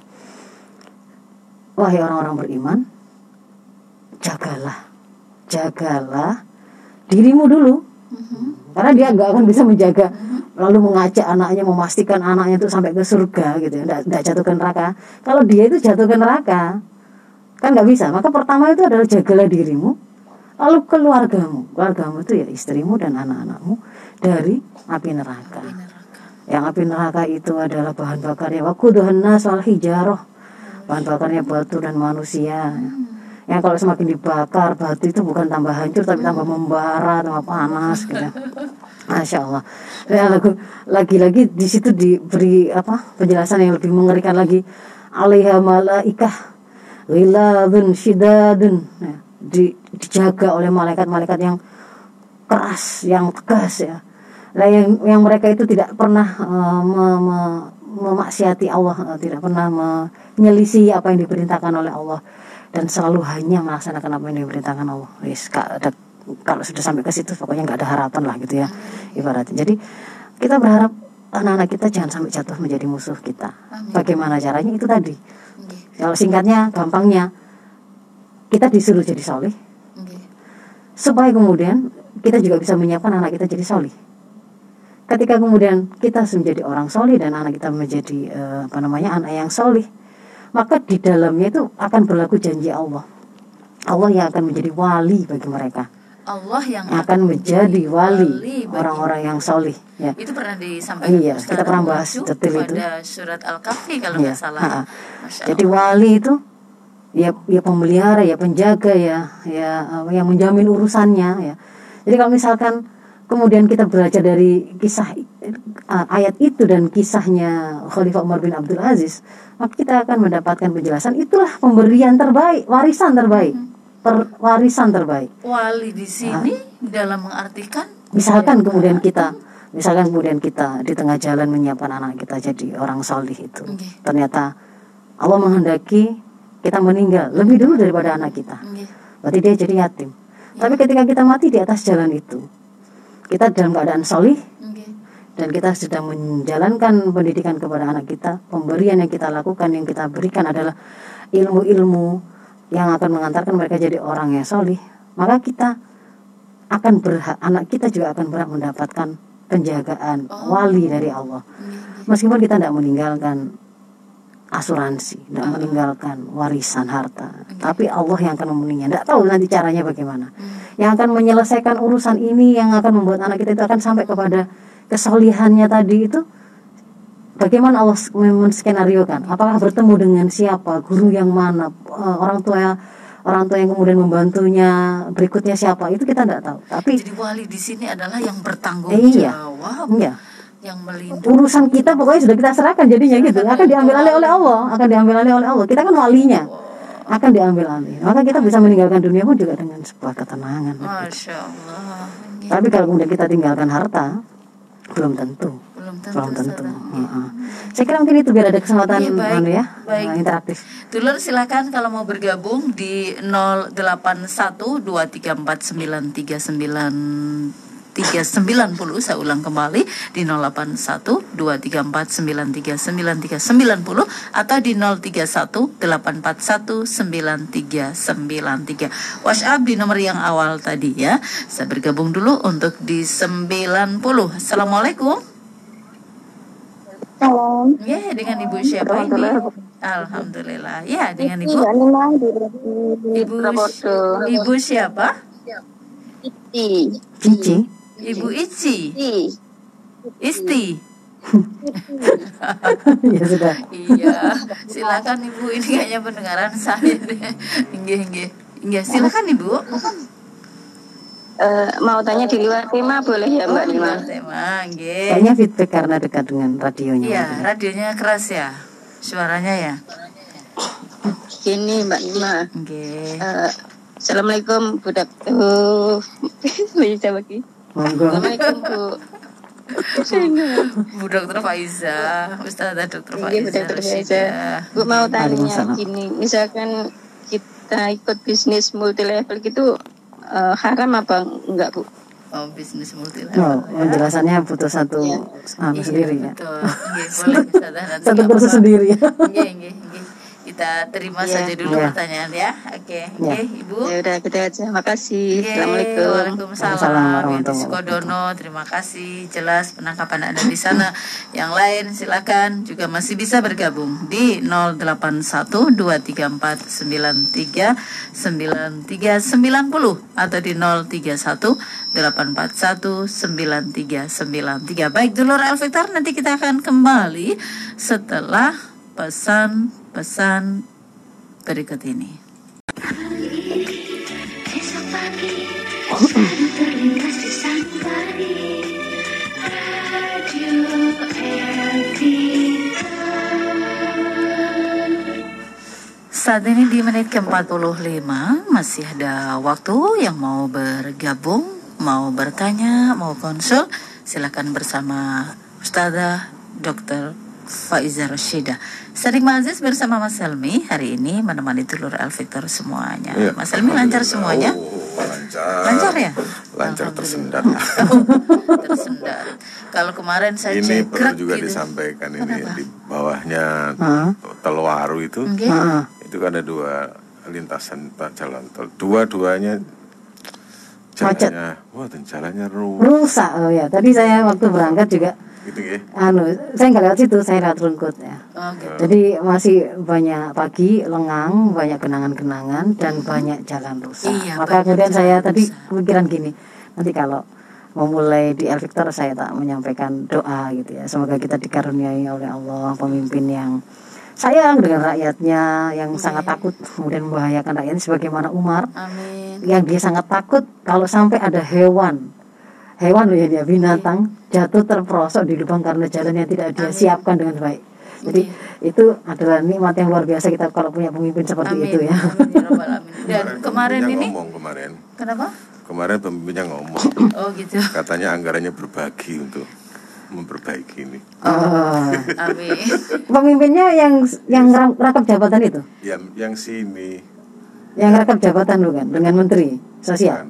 Wahai orang-orang beriman, jagalah, jagalah dirimu dulu. Mm-hmm. Karena dia nggak akan bisa menjaga, mm-hmm. lalu mengajak anaknya, memastikan anaknya itu sampai ke surga gitu, nggak nggak jatuh ke neraka. Kalau dia itu jatuh ke neraka, kan nggak bisa. Maka pertama itu adalah jagalah dirimu, lalu keluargamu, keluargamu itu ya istrimu dan anak-anakmu dari api neraka. Api neraka. Yang api neraka itu adalah bahan bakarnya waquduhan nas wal hijarah. Bahan bakarnya batu dan manusia. Hmm. Yang kalau semakin dibakar batu itu bukan tambah hancur tapi tambah membara, tambah panas gitu. Masya Allah. Dan lagi-lagi di situ diberi apa penjelasan yang lebih mengerikan lagi. Alaiha malaikah ghiladun syidadun. Nah, di, dijaga oleh malaikat-malaikat yang keras, yang tegas ya. Nah, yang yang mereka itu tidak pernah uh, me, me, memaksiati Allah, uh, tidak pernah menyelisih apa yang diperintahkan oleh Allah dan selalu hanya melaksanakan apa yang diperintahkan Allah. Yes, ada, kalau sudah sampai ke situ pokoknya nggak ada harapan lah gitu ya ibaratnya. Jadi kita berharap anak-anak kita jangan sampai jatuh menjadi musuh kita. Bagaimana caranya? Itu tadi. Kalau singkatnya, gampangnya kita disuruh jadi soleh supaya kemudian kita juga bisa menyiapkan anak kita jadi soleh. Ketika kemudian kita menjadi orang soleh dan anak kita menjadi uh, apa namanya anak yang soleh, maka di dalamnya itu akan berlaku janji Allah. Allah yang akan menjadi wali bagi mereka. Allah yang akan menjadi wali, wali orang-orang yang soleh. Ya. Itu pernah disampaikan. Iya, kita pernah bahas detail itu. Pada surat Al-Kahfi kalau nggak ya. salah. Jadi wali itu ya, ya pemelihara, ya penjaga, ya, ya yang menjamin urusannya. Ya. Jadi kalau misalkan kemudian kita belajar dari kisah uh, ayat itu dan kisahnya Khalifah Umar bin Abdul Aziz, maka kita akan mendapatkan penjelasan itulah pemberian terbaik, warisan terbaik, per, warisan terbaik. Wali di sini nah, dalam mengartikan misalkan kemudian kita, misalkan kemudian kita di tengah jalan menyiapkan anak kita jadi orang solih itu, okay. Ternyata Allah menghendaki kita meninggal lebih dulu daripada anak kita, okay. Berarti dia jadi yatim. Yeah. Tapi ketika kita mati di atas jalan itu, kita dalam keadaan solih, okay. Dan kita sedang menjalankan pendidikan kepada anak kita. Pemberian yang kita lakukan, yang kita berikan adalah ilmu-ilmu yang akan mengantarkan mereka jadi orang yang solih. Maka kita akan berhak, anak kita juga akan berhak mendapatkan penjagaan oh. wali dari Allah. Okay. Meskipun kita tidak meninggalkan asuransi, tidak uh. meninggalkan warisan harta, okay. Tapi Allah yang akan memenuhinya. Tidak tahu nanti caranya bagaimana. Hmm. Yang akan menyelesaikan urusan ini, yang akan membuat anak kita itu akan sampai kepada kesolihannya tadi itu. Bagaimana Allah menskenariokan? Apakah bertemu dengan siapa, guru yang mana, orang tua orang tua yang kemudian membantunya, berikutnya siapa? Itu kita tidak tahu. Tapi jadi wali di sini adalah yang bertanggung eh, iya, jawab. Iya. Yang melindungi. Urusan kita pokoknya sudah kita serahkan jadinya gitu. Akan diambil alih oleh Allah, akan diambil alih oleh Allah. Kita kan walinya. Akan diambil alih. Maka kita bisa meninggalkan dunia pun juga dengan sebuah ketenangan. Masya Allah. Tapi kalau kemudian kita tinggalkan harta, belum tentu. Belum tentu. Belum tentu. Uh-huh. Saya kira mungkin itu biar ada kesempatan ya, baik, anu ya, baik. Uh, interaktif. Dulur silakan kalau mau bergabung di nol delapan satu dua tiga empat sembilan tiga sembilan tiga sembilan nol. Saya ulang kembali di nol delapan satu dua tiga empat sembilan tiga sembilan tiga sembilan nol atau di nol tiga satu delapan empat satu sembilan tiga sembilan tiga. WhatsApp di nomor yang awal tadi ya. Saya bergabung dulu untuk di sembilan puluh. Assalamualaikum. Salam. Ya, dengan Ibu siapa ini? Alhamdulillah. Ya, dengan Ibu. Ibu Ibu siapa? Ici. Cici. Ibu Ici. Isti. Ya sudah. Iya, silakan Ibu, ini kayaknya pendengaran saya deh. Nggih, nggih. Nggih, silakan Ibu. Uh, mau tanya di luar tema boleh ya Mbak oh, Nima? Tema, nggih. Kayaknya feedback karena dekat dengan radionya. Iya, radionya keras ya. Suaranya ya. Gini Mbak Nima. Nggih. Uh, Assalamualaikum Bu Dokter. Bisa bagi. Assalamualaikum Bu. Bu Dokter Faiza, Ustazah Dokter Faiza. Iya, Bu Dokter Faiza. Bu mau tanya gini, misalkan kita ikut bisnis multi level gitu uh, haram apa enggak Bu? Oh, bisnis Oh, multilevel. ya. penjelasannya butuh satu Iya. anu Iya, sendiri ya. betul. Nggih, boleh Ustazah, nanti Satu nggak kursus apa-apa. sendiri ya. Nggih, nggih, nggih. Kita terima Iya. saja dulu Iya. pertanyaan ya. Oke, Iya. nggih, Ibu. Ya udah kita aja. Makasih. Nggih, Assalamualaikum. Waalaikumsalam. Waalaikumsalam Yenti warahmatullahi Sukodono, terima kasih. Jelas penangkapan Anda di sana. Yang lain silakan juga masih bisa bergabung di nol delapan satu dua tiga empat sembilan tiga sembilan tiga sembilan nol atau di nol tiga satu delapan empat satu sembilan tiga sembilan tiga. Baik, dulur Elvitar, nanti kita akan kembali setelah pesan-pesan berikut ini. Esok pagi selalu terlintas di sanubari Radio Elvita. Saat ini di menit ke empat puluh lima masih ada waktu yang mau bergabung, mau bertanya, mau konsul, silakan bersama Ustazah Doktor Faiza Rashidah. Sadiq Maziz bersama Mas Helmi hari ini menemani dulur Elvitar semuanya. Iya, Mas Helmi lancar semuanya? Oh, lancar. Lancar ya? Lancar tersendat. Tersendat. Kalau kemarin saya Ini cek perlu juga gitu. disampaikan ini Kenapa? di bawahnya Hah? Telwaru itu, Nggih. Heeh. itu kan ada dua lintasan ta- jalan tol. Dua-duanya Macet. jalannya, wah, dan jalannya ruwet Rusak oh ya. Tadi saya waktu berangkat juga gitu ya. anu, saya nggak lewat situ, saya lewat Rungkut ya. Oh, gitu. Jadi masih banyak pagi lengang, banyak kenangan-kenangan dan banyak jalan rusak. Iya, Maka banyak kemudian jalan saya tadi rusak. kepikiran gini, nanti kalau memulai di Elvitar saya tak menyampaikan doa gitu ya. Semoga kita dikaruniai oleh Allah pemimpin yang sayang dengan rakyatnya, yang sangat takut kemudian membahayakan rakyatnya sebagaimana Umar Amin. yang dia sangat takut kalau sampai ada hewan hewan loh ya dia binatang jatuh terperosok di lubang karena jalan yang tidak dia Amin. siapkan dengan baik. Jadi itu adalah nikmat yang luar biasa kita kalau punya pemimpin seperti Amin. itu ya. Amin, ya Rabbal alamin. Dan kemarin pemimpinnya ini ngomong kemarin. kenapa? Kemarin pemimpinnya ngomong, Oh gitu. katanya anggarannya berbagi untuk memperbaiki ini. Oh. Amin. Pemimpinnya yang yang ram- rangkap jabatan itu, Yang yang sini yang rangkap jabatan bukan dengan menteri sosial.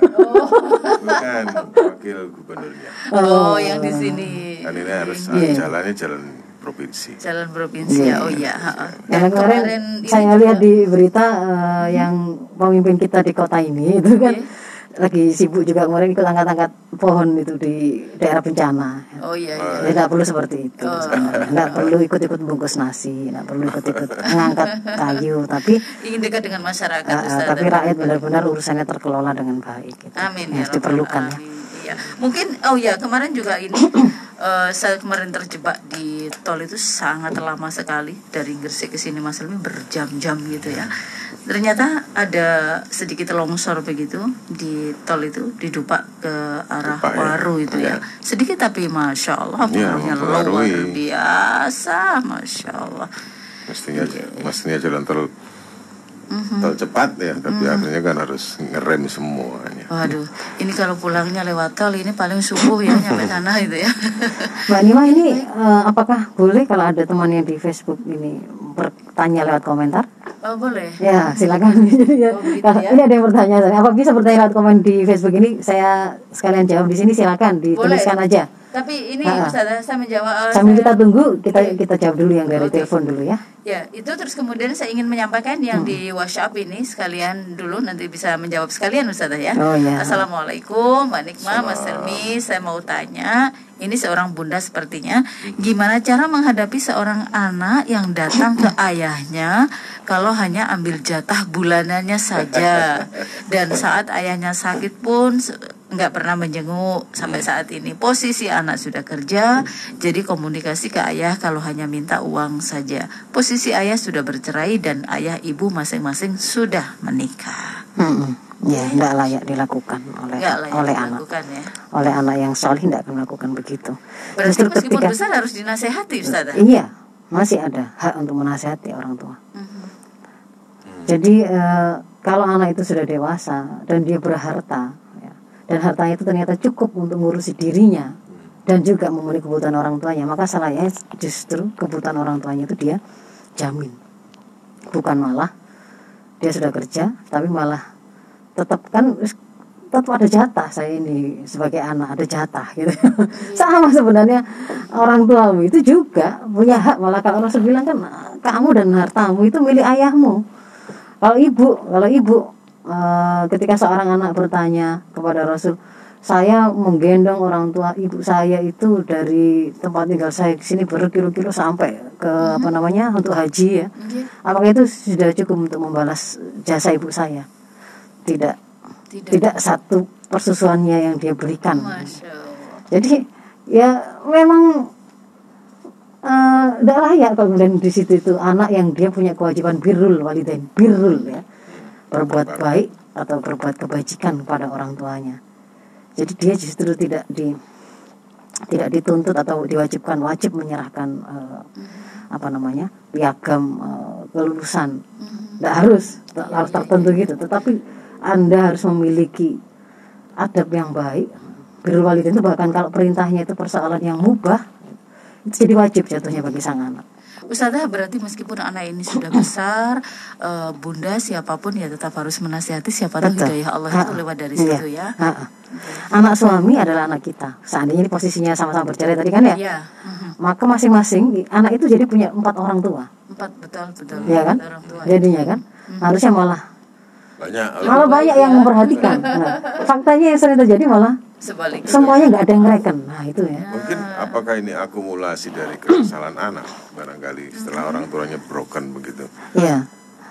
bukan, bukan wakil gubernurnya. Oh, yang di sini. Kan ini harus Iya. jalannya jalan provinsi. Jalan provinsi ya. Oh iya, heeh. Karena Dan kemarin, ini saya juga- lihat di berita eh, yang pemimpin kita di kota ini itu kan lagi sibuk juga kemarin ikut angkat-angkat pohon itu di daerah bencana. Oh iya, Ya, iya. tidak perlu seperti itu. sebenarnya. Tidak perlu ikut-ikut bungkus nasi, tidak perlu ikut-ikut mengangkat kayu, tapi Ingin dekat dengan masyarakat, eh, Ustazah. tapi rakyat benar-benar urusannya terkelola dengan baik. Gitu. Amin Yang ya diperlukan Rabbal ya. alamin. Iya. Mungkin oh ya kemarin juga ini eh, saya kemarin terjebak di tol itu sangat lama sekali dari Gresik ke sini Mas Helmi berjam-jam gitu ya. Ternyata ada sedikit longsor begitu di tol itu di Dupak ke arah Dupak, ya. Waru itu ya. Ya. Sedikit tapi masya Allah Ya, pengaruhnya luar mempengaruhi. biasa, masya Allah. Mestinya mestinya jalan tol tol cepat ya, tapi artinya kan harus ngerem semuanya. Waduh, ini kalau pulangnya lewat tol ini paling subuh ya nyampe sana itu ya. Mbak Nima ini eh, apakah boleh kalau ada teman yang di Facebook ini bertanya lewat komentar? Oh boleh. Ya silakan. Jadi ya, Oh, begitu kalau ya. ini ada yang bertanya, apa bisa bertanya lewat komen di Facebook ini? Saya sekalian jawab di sini, silakan dituliskan Boleh. aja. Tapi ini Ah. Ustazah saya menjawab. Sambil saya- kita tunggu, kita kita jawab dulu yang dari Oke. telepon dulu ya. Ya, itu terus kemudian saya ingin menyampaikan yang di WhatsApp ini sekalian dulu nanti bisa menjawab sekalian Ustazah ya. Oh, ya. Assalamualaikum Mbak Nikma, Mas Helmi, saya mau tanya, ini seorang bunda sepertinya, gimana cara menghadapi seorang anak yang datang ke ayahnya kalau hanya ambil jatah bulanannya saja dan saat ayahnya sakit pun se- nggak pernah menjenguk sampai saat ini. Posisi anak sudah kerja, jadi komunikasi ke ayah kalau hanya minta uang saja. Posisi ayah sudah bercerai dan ayah ibu masing-masing sudah menikah. Hmm, ya, tidak layak dilakukan oleh Nggak layak oleh anak, dilakukan ya. oleh anak yang soleh tidak akan melakukan begitu. Berarti Justru meskipun ketika besar harus dinasehati Ustazah. iya masih ada hak untuk menasihati orang tua. Mhm. Jadi eh, kalau anak itu sudah dewasa dan dia berharta, ya, dan hartanya itu ternyata cukup untuk ngurusi dirinya dan juga memenuhi kebutuhan orang tuanya, maka salahnya justru kebutuhan orang tuanya itu dia jamin, bukan malah dia sudah kerja tapi malah tetap kan tetap ada jatah. Saya ini sebagai anak ada jatah gitu. Sama sebenarnya orang tuamu itu juga punya hak. Malah kalau Rasul bilang kan, kamu dan hartamu itu milik ayahmu. Kalau ibu, kalau ibu uh, ketika seorang anak bertanya kepada Rasul, saya menggendong orang tua ibu saya itu dari tempat tinggal saya ke sini berkilo-kilo sampai ke mm-hmm. apa namanya untuk haji ya. Mm-hmm. Apakah itu sudah cukup untuk membalas jasa ibu saya? Tidak, tidak, tidak satu persusuannya yang dia berikan. Jadi ya memang tidak uh, layak kalau kemudian di situ itu anak yang dia punya kewajiban birrul walidain, birrul ya, berbuat baik atau berbuat kebajikan kepada orang tuanya. Jadi dia justru tidak di tidak dituntut atau diwajibkan wajib menyerahkan uh, apa namanya piagam uh, kelulusan. Tidak harus harus tertentu gitu. Tetapi Anda harus memiliki adab yang baik. Birrul walidain itu bahkan kalau perintahnya itu persoalan yang mubah, itu jadi wajib jatuhnya bagi sang anak. Ustazah, berarti meskipun anak ini sudah besar, uh, bunda siapapun ya tetap harus menasihati, siapa tahu hidayah Allah itu lewat dari iya. situ ya. Ha-ha. Anak suami adalah anak kita. Seandainya ini posisinya sama-sama bercerai tadi kan ya. Iya. Maka masing-masing anak itu jadi punya empat orang tua. Empat betul betul. Iya kan? Orang tua, jadinya kan hmm. harusnya malah banyak malah banyak yang memperhatikan. Nah, faktanya yang sering terjadi malah sebaliknya. Semuanya nggak ada yang ngereken. Nah itu ya. Mungkin apakah ini akumulasi dari kesalahan anak barangkali setelah orang tuanya broken begitu? Iya.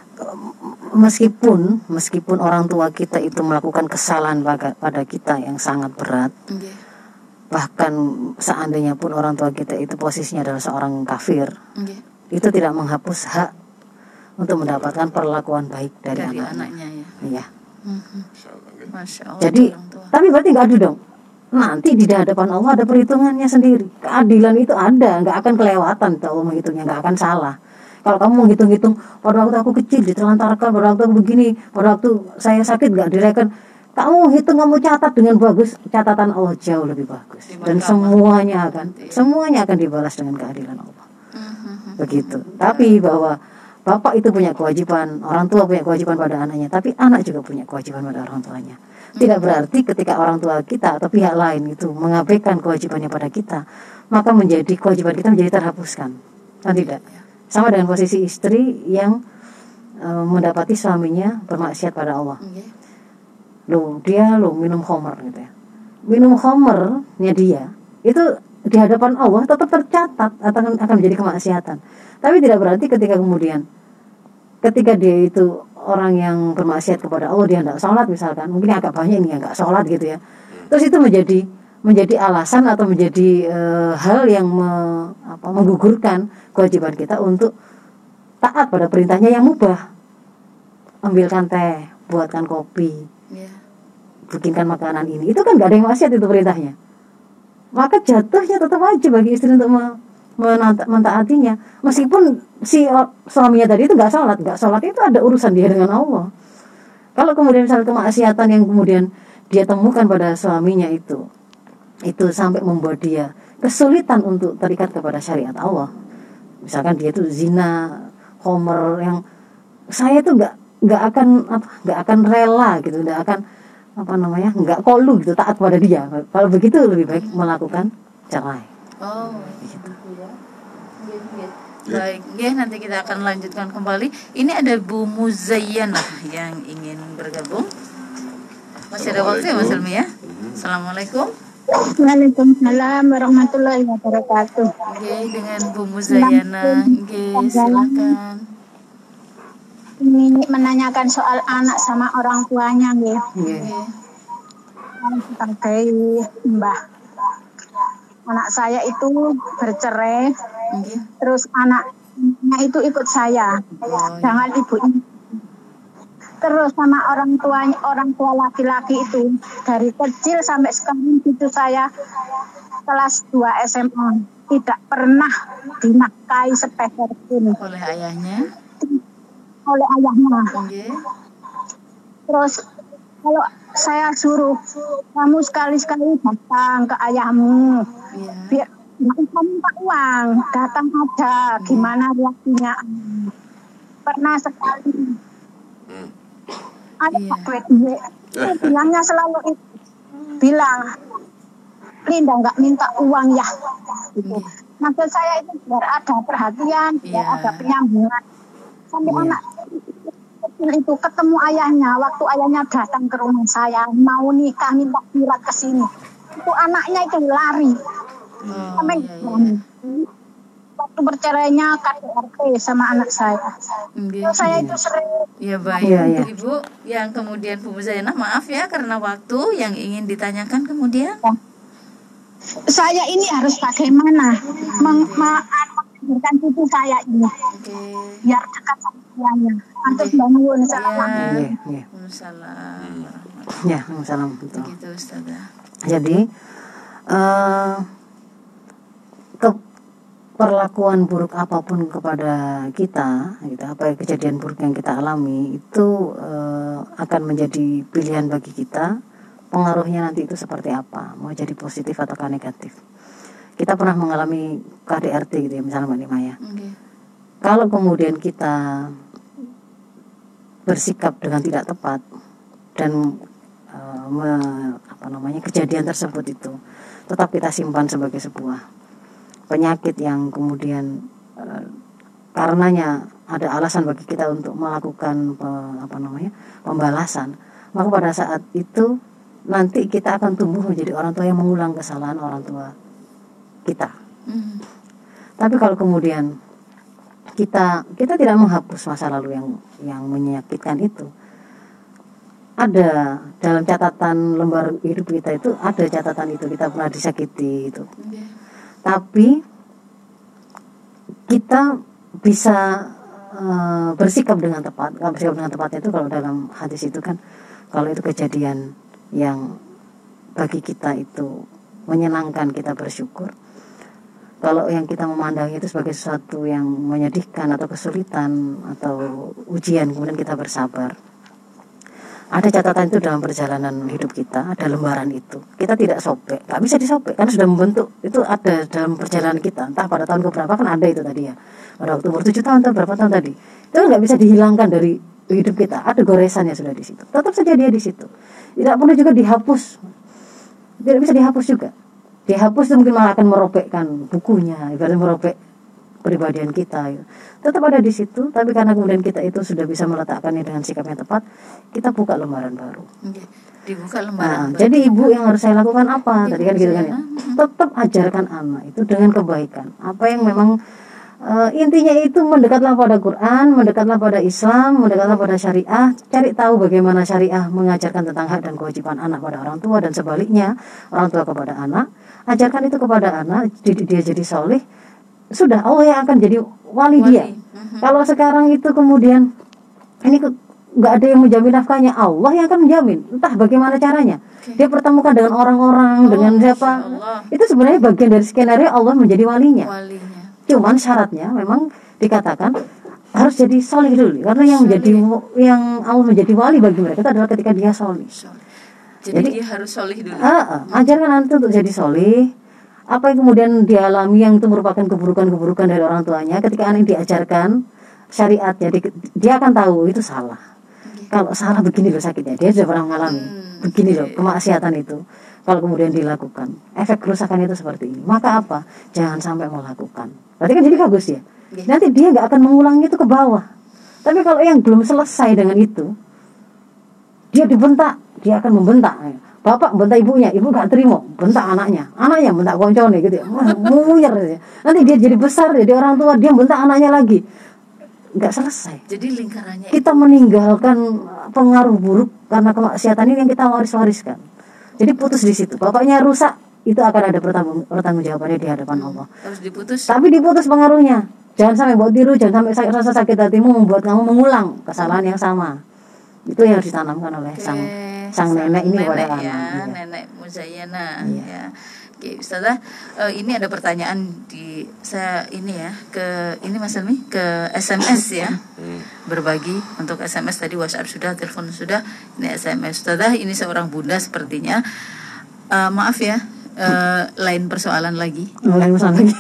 Meskipun meskipun orang tua kita itu melakukan kesalahan pada kita yang sangat berat, okay. bahkan seandainya pun orang tua kita itu posisinya adalah seorang kafir, okay. itu tidak menghapus hak untuk mendapatkan perlakuan baik dari, dari anaknya. anaknya ya. Iya. Mm-hmm. Masya Allah, jadi, tapi berarti nggak adu dong. Nanti di hadapan Allah ada perhitungannya sendiri. Keadilan itu ada, nggak akan kelewatan. Allah menghitungnya nggak akan salah. Kalau kamu menghitung-hitung, pada waktu aku kecil ditelantarkan, pada waktu aku begini, pada waktu saya sakit nggak direken, kamu hitung, kamu catat dengan bagus, catatan Allah jauh lebih bagus. Dan semuanya akan, semuanya akan dibalas dengan keadilan Allah. Begitu. Tapi bahwa bapak itu punya kewajiban, orang tua punya kewajiban pada anaknya, tapi anak juga punya kewajiban pada orang tuanya. Tidak berarti ketika orang tua kita atau pihak lain itu mengabaikan kewajibannya pada kita, maka menjadi kewajiban kita menjadi terhapuskan. Kan tidak? Sama dengan posisi istri yang e, mendapati suaminya bermaksiat pada Allah. Loh, dia lo minum khamr gitu ya. Minum khamrnya dia itu di hadapan Allah tetap tercatat akan akan menjadi kemaksiatan. Tapi tidak berarti ketika kemudian ketika dia itu orang yang bermaksiat kepada Allah, dia tidak sholat misalkan, mungkin agak banyak ini yang nggak sholat gitu ya. Terus itu menjadi menjadi alasan atau menjadi e, hal yang me, apa, menggugurkan kewajiban kita untuk taat pada perintahnya yang mubah. Ambilkan teh, buatkan kopi, yeah. bikinkan makanan ini. Itu kan nggak ada yang maksiat itu perintahnya. Maka jatuhnya tetap wajib bagi istri untuk me, menata, mentaatinya. Meskipun si suaminya tadi itu nggak sholat, nggak sholat itu ada urusan dia dengan Allah. Kalau kemudian misalnya kemaksiatan yang kemudian dia temukan pada suaminya itu, itu sampai membuat dia kesulitan untuk terikat kepada syariat Allah. Misalkan dia itu zina, homer, yang saya tuh nggak nggak akan apa nggak akan rela gitu, nggak akan apa namanya nggak kolu gitu taat pada dia. Kalau begitu lebih baik melakukan cerai. Oh, gitu ya. Baik, ya nanti kita akan lanjutkan kembali. Ini ada Bu Muzayyanah yang ingin bergabung. Masih ada waktu ya Mas Helmi ya? Assalamualaikum. Waalaikumsalam warahmatullahi wabarakatuh. Oke, dengan Bu Muzayyanah. Oke, silakan. Ini menanyakan soal anak sama orang tuanya, nggih. Nggih. Sebagai Mbah. Anak saya itu bercerai. Nggih. Terus anaknya itu ikut saya. Oh, Jangan iya. ibu ini. Terus sama orang tuanya, orang tua laki-laki itu dari kecil sampai sekarang cucu saya kelas dua S M A tidak pernah dinafkahi sepeser pun Oleh ayahnya. oleh ayahnya. Nggih. Terus kalau saya suruh kamu sekali-sekali datang ke ayahmu, Iya. biar nggak usah minta uang, datang aja. Gimana reaksinya? Pernah sekali. Ada Iya. duit duit bilangnya selalu itu, bilang Linda nggak minta uang ya, gitu. Maksud saya itu biar ada perhatian, biar Iya. ada penyambungan. Sampai Iya. anak kecil itu ketemu ayahnya, waktu ayahnya datang ke rumah saya mau nikah minta surat ke sini, itu anaknya itu lari. Oh, Sampai iya, iya. waktu bercerainya K D R T sama anak saya. Nggih. Terus saya itu sering Ya baik, Iya, untuk iya. Ibu yang kemudian Bu Zainah, maaf ya karena waktu yang ingin ditanyakan kemudian. saya ini harus bagaimana meng- ma- mengajarkan cucu saya ini Oke. biar dekat sama dianya. Antus bangun salam. Iya. Iya, iya. Waalaikumsalam warahmatullahi Ya, salam betul. Begitu Ustazah. Jadi eh ke perlakuan buruk apapun kepada kita, gitu, apa kejadian buruk yang kita alami itu eh, akan menjadi pilihan bagi kita. Pengaruhnya nanti itu seperti apa, mau jadi positif ataukah negatif. Kita pernah mengalami K D R T gitu ya, misalnya Mbak Nima ya. Oke. Kalau kemudian kita bersikap dengan tidak tepat dan eh, me- apa namanya kejadian tersebut itu tetap kita simpan sebagai sebuah penyakit yang kemudian eh, karenanya ada alasan bagi kita untuk melakukan pe- apa namanya pembalasan, maka pada saat itu nanti kita akan tumbuh menjadi orang tua yang mengulang kesalahan orang tua kita. Hmm. Tapi kalau kemudian kita kita tidak menghapus masa lalu yang yang menyakitkan itu, ada dalam catatan lembar hidup kita itu ada catatan itu kita pernah disakiti itu. Oke. Tapi kita bisa uh, bersikap dengan tepat. Kalau bersikap dengan tepatnya itu kalau dalam hadis itu kan, kalau itu kejadian yang bagi kita itu menyenangkan, kita bersyukur. Kalau yang kita memandang itu sebagai sesuatu yang menyedihkan atau kesulitan atau ujian, kemudian kita bersabar. Ada catatan itu dalam perjalanan hidup kita, ada lembaran itu. Kita tidak sobek, nggak bisa disobek karena sudah membentuk. Itu ada dalam perjalanan kita. Entah pada tahun keberapa kan ada itu tadi ya. Pada waktu umur tujuh tahun atau berapa tahun tadi. Itu nggak bisa dihilangkan dari hidup kita. Ada goresannya sudah di situ. Tetap saja dia di situ. Tidak perlu juga dihapus. Tidak bisa dihapus juga. Dihapus itu mungkin malah akan merobekkan bukunya, ibaratnya merobek kepribadian kita. Gitu. Tetap ada di situ, tapi karena kemudian kita itu sudah bisa meletakkannya dengan sikap yang tepat, kita buka lembaran baru. Oke. Dibuka Nah, lembaran baru. jadi ibu yang harus saya lakukan apa? Ibu Tadi kan gitu kan ya. Zainah, Tetap ajarkan anak itu dengan kebaikan. Apa yang memang uh, intinya itu mendekatlah pada Quran, mendekatlah pada Islam, mendekatlah pada syariah. Cari tahu bagaimana syariah mengajarkan tentang hak dan kewajiban anak pada orang tua dan sebaliknya, orang tua kepada anak. Ajarkan itu kepada anak, didik dia jadi soleh. Sudah Allah yang akan jadi wali, Wali. dia. Mhm. Kalau sekarang itu kemudian ini ke- nggak ada yang menjamin nafkahnya, Allah yang akan menjamin. Entah bagaimana caranya. Dia pertemukan dengan orang-orang, Oh, dengan siapa. Masya Allah. Itu sebenarnya bagian dari skenario Allah menjadi walinya. Walinya. Cuman syaratnya memang dikatakan harus jadi soleh dulu. Karena yang menjadi yang Allah menjadi wali bagi mereka itu adalah ketika dia soleh. Soleh. Jadi, Jadi- dia harus solih dulu. Ah, ah, ajarkan anak itu untuk jadi soleh. Apa yang kemudian dialami yang itu merupakan keburukan-keburukan dari orang tuanya, ketika anak diajarkan syariatnya, di- dia akan tahu itu salah. Kalau salah begini loh sakitnya, dia sudah pernah mengalami. Hmm, Begini loh oke. kemaksiatan itu. Kalau kemudian dilakukan, efek kerusakan itu seperti ini. Maka apa? Jangan sampai melakukan. Berarti kan jadi bagus ya. Iya. Nanti dia nggak akan mengulangi itu ke bawah. Tapi kalau yang belum selesai dengan itu, dia dibentak, dia akan membentak. Bapak bentak ibunya, ibu gak terima, bentak anaknya, anaknya bentak koncone gitu ya, muyar ya. Nanti dia jadi besar, jadi orang tua, dia bentak anaknya lagi, nggak selesai. Jadi lingkarannya Kita meninggalkan pengaruh buruk karena kemaksiatan ini yang kita waris-wariskan. Jadi putus di situ. Bapaknya rusak, itu akan ada pertanggung pertanggungjawabannya di hadapan Allah. harus diputus. Tapi diputus pengaruhnya. Jangan sampai buat tiru, jangan sampai rasa sakit hatimu membuat kamu mengulang kesalahan yang sama. Itu yang harus ditanamkan oleh sang sang nenek ini kepada anak. ya, Iya. nenek Muzayyana Iya. ya. Oke, Ustazah, eh, ini ada pertanyaan di saya ini ya ke ini Mas Helmi ke S M S ya. Berbagi untuk S M S tadi, WhatsApp sudah, telepon sudah, ini S M S. Ustazah, ini seorang bunda sepertinya. Eh, maaf ya, eh, lain persoalan lagi. Mulai masalah lagi.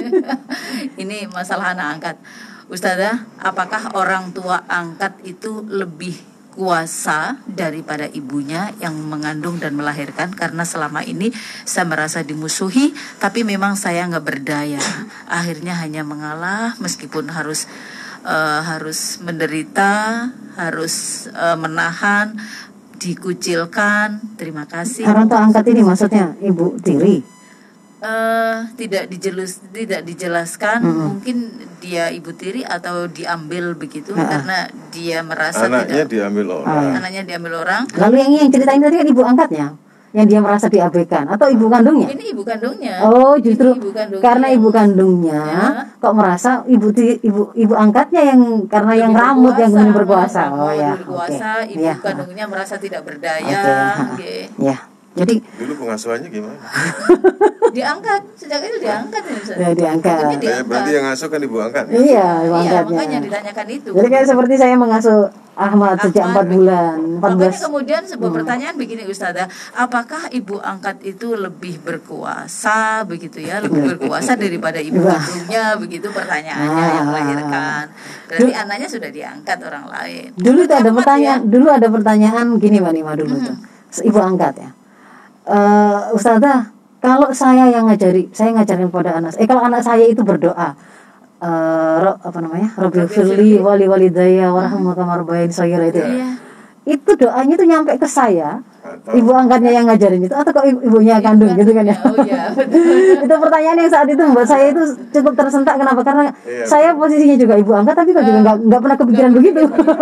Ini masalah anak angkat. Ustazah, apakah orang tua angkat itu lebih kuasa daripada ibunya yang mengandung dan melahirkan, karena selama ini saya merasa dimusuhi, tapi memang saya nggak berdaya, akhirnya hanya mengalah meskipun harus uh, harus menderita, harus uh, menahan, dikucilkan. Terima kasih. Orang tua angkat ini maksudnya ibu tiri? Uh, tidak dijelus, tidak dijelaskan. Mm-hmm. Mungkin dia ibu tiri atau diambil begitu, uh-uh. karena dia merasa anaknya tidak, diambil orang. Oh, ya. anaknya diambil orang. Lalu yang yang ceritain tadi kan ibu angkatnya, yang dia merasa diabaikan, atau ibu kandungnya? Ini ibu kandungnya. Oh, justru Ini ibu kandungnya karena yang- ibu kandungnya Ya. kok merasa ibu ti- ibu ibu angkatnya yang karena lebih yang rambut yang kemudian berkuasa, berkuasa. Oh lebih ya, berkuasa, oke. ibu Ya. kandungnya merasa tidak berdaya. Oke, ha. Oke. Ya. Jadi Dulu pengasuhannya gimana? Diangkat sejak itu diangkat ya, Ustaz. ya, diangkat. Hukumnya Eh, diangkat. berarti yang ngasuh kan ibu angkat. Iya, ibu Iya, angkatnya. makanya ditanyakan itu. Jadi kayak seperti saya mengasuh Ahmad sejak Ahmad, empat bulan, empat Makanya belas. kemudian sebuah pertanyaan begini Ustazah, apakah ibu angkat itu lebih berkuasa begitu ya, lebih berkuasa daripada ibu Wah. kandungnya begitu pertanyaannya yang Ah. melahirkan. Berarti anaknya sudah diangkat orang lain. Dulu itu ada Ahmad pertanyaan, ya. dulu ada pertanyaan gini Mbak Nima dulu tuh. Ibu angkat ya. Eh Ustazah, kalau saya yang ngajari, saya ngajarin pada anak, eh kalau anak saya itu berdoa, eh ro- apa namanya? Rabbil firli wali walidayya warahmatullahi wabarakatuh saya itu. Iya. Itu doanya tuh nyampe ke saya, Atau- ibu angkatnya yang ngajarin itu, atau kok ibu- ibunya kandung gitu kan ya? Oh iya, betul. Itu pertanyaan yang saat itu membuat saya itu cukup tersentak. Kenapa? Karena Iya. saya posisinya juga ibu angkat, tapi kok juga nggak nggak pernah kepikiran begitu.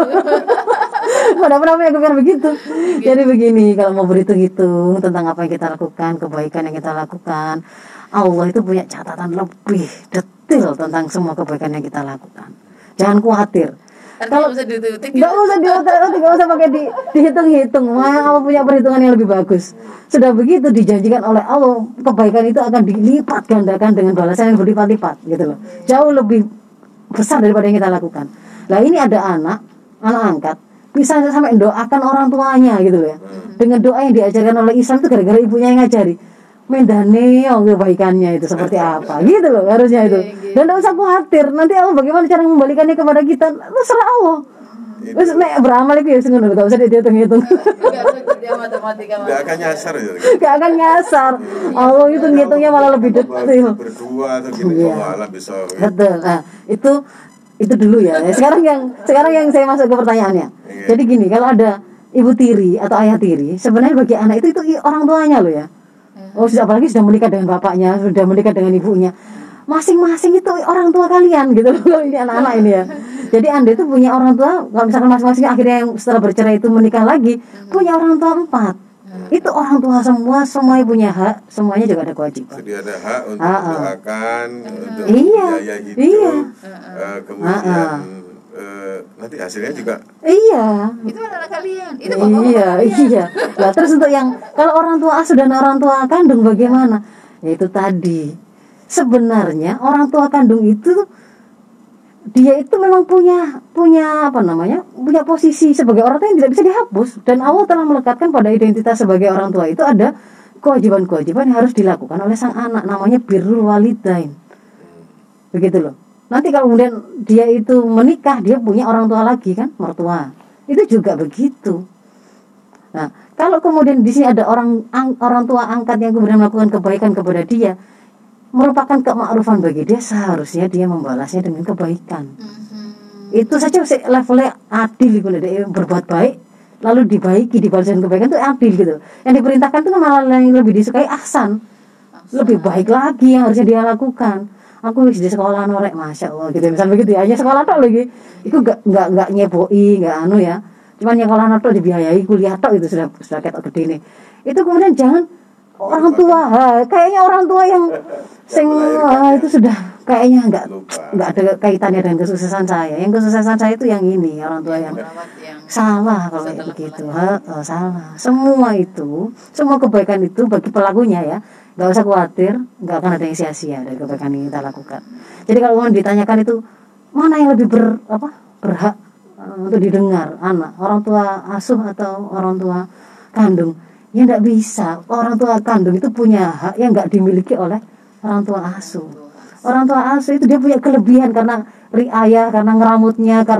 Pada pernah punya kepikiran begitu. Jadi begini, kalau mau berhitung-hitung tentang apa yang kita lakukan, kebaikan yang kita lakukan, Allah itu punya catatan lebih detail tentang semua kebaikan yang kita lakukan. Jangan khawatir. Artinya nggak usah diutik-utik. Nggak usah diutak-utik, nggak usah pakai di, dihitung-hitung. Wah, Allah punya perhitungan yang lebih bagus. Sudah begitu dijanjikan oleh Allah, kebaikan itu akan dilipat gandakan dengan balasan yang berlipat-lipat, gitu loh. Jauh lebih besar daripada yang kita lakukan. Nah ini ada anak, anak angkat, bisa sampai doakan orang tuanya, gitu loh ya. Dengan doa yang diajarkan oleh Islam itu gara-gara ibunya yang ngajari. Mendane oh, kebaikannya itu seperti apa, gitu loh harusnya itu. Dan tidak usah khawatir, nanti Allah bagaimana cara membalikannya kepada kita, terserah Allah. Terus nek beramal itu ya sungguh nggak usah dihitung-hitung. Nggak usah kerja matematika. Nggak akan nyasar ya. Gak akan nyasar. Allah itu ngitungnya malah lebih detail. Berdua atau gini, Iya. oh, malah bisa. Betul. Nah, itu itu dulu ya. Sekarang yang sekarang yang saya masuk ke pertanyaannya. Iya. Jadi gini, kalau ada ibu tiri atau ayah tiri, sebenarnya bagi anak itu itu orang tuanya loh ya. Oh, sudah apalagi sudah menikah dengan bapaknya, sudah menikah dengan ibunya. Masing-masing itu orang tua kalian gitu loh. Ini anak-anak ini ya. Jadi Anda itu punya orang tua, kalau misalkan masing-masing akhirnya yang setelah bercerai itu menikah lagi, punya orang tua empat. Itu orang tua semua, semuanya punya hak, semuanya juga ada kewajiban. Jadi ada hak untuk Ah, ah. mendoakan, untuk Iya, biaya hidup, iya. eh, kemudian Ah, ah. eh, nanti hasilnya juga Iya. Itu anak kalian. Itu bapak Iya, iya. Nah, terus untuk yang kalau orang tua asuh dan orang tua kandung bagaimana? Ya itu tadi. Sebenarnya orang tua kandung itu dia itu memang punya punya apa namanya? Punya posisi sebagai orang tua yang tidak bisa dihapus, dan Allah telah melekatkan pada identitas sebagai orang tua itu ada kewajiban-kewajiban yang harus dilakukan oleh sang anak, namanya birrul walidain. Begitu loh. Nanti kalau kemudian dia itu menikah, dia punya orang tua lagi kan, mertua. Itu juga begitu. Nah, kalau kemudian di sini ada orang ang, orang tua angkat yang kemudian melakukan kebaikan kepada dia, merupakan kemakrufan bagi dia, seharusnya dia membalasnya dengan kebaikan. Itu saja levelnya adil gitu, dia berbuat baik lalu dibaiki, dibalas dengan kebaikan, itu adil gitu. Yang diperintahkan itu malah yang lebih disukai ahsan, lebih baik lagi yang harusnya dia lakukan. Aku di sekolah norek, masya Allah gitu, misalnya begitu ya, hanya sekolah tok lagi, itu nggak nggak nggak nyeboi, nggak anu ya, cuman yang sekolah tok dibiayai, kuliah tok itu sudah sudah ketok gede nih. Itu kemudian jangan orang tua, ha, kayaknya orang tua yang sing ah, itu sudah kayaknya nggak nggak ada kaitannya dengan kesuksesan saya. Yang kesuksesan saya itu yang ini, orang tua yang salah kalau kayak begitu, ha, oh, salah. Semua itu, semua kebaikan itu bagi pelakunya ya, nggak usah khawatir, nggak akan ada yang sia-sia dari kebaikan yang kita lakukan. Jadi kalau mau ditanyakan itu mana yang lebih ber apa berhak uh, untuk didengar, anak, orang tua asuh atau orang tua kandung? Ya nggak bisa. Orang tua kandung itu punya hak yang nggak dimiliki oleh orang tua asuh. Orang tua asuh itu dia punya kelebihan karena riayah, karena ngeramutnya, karena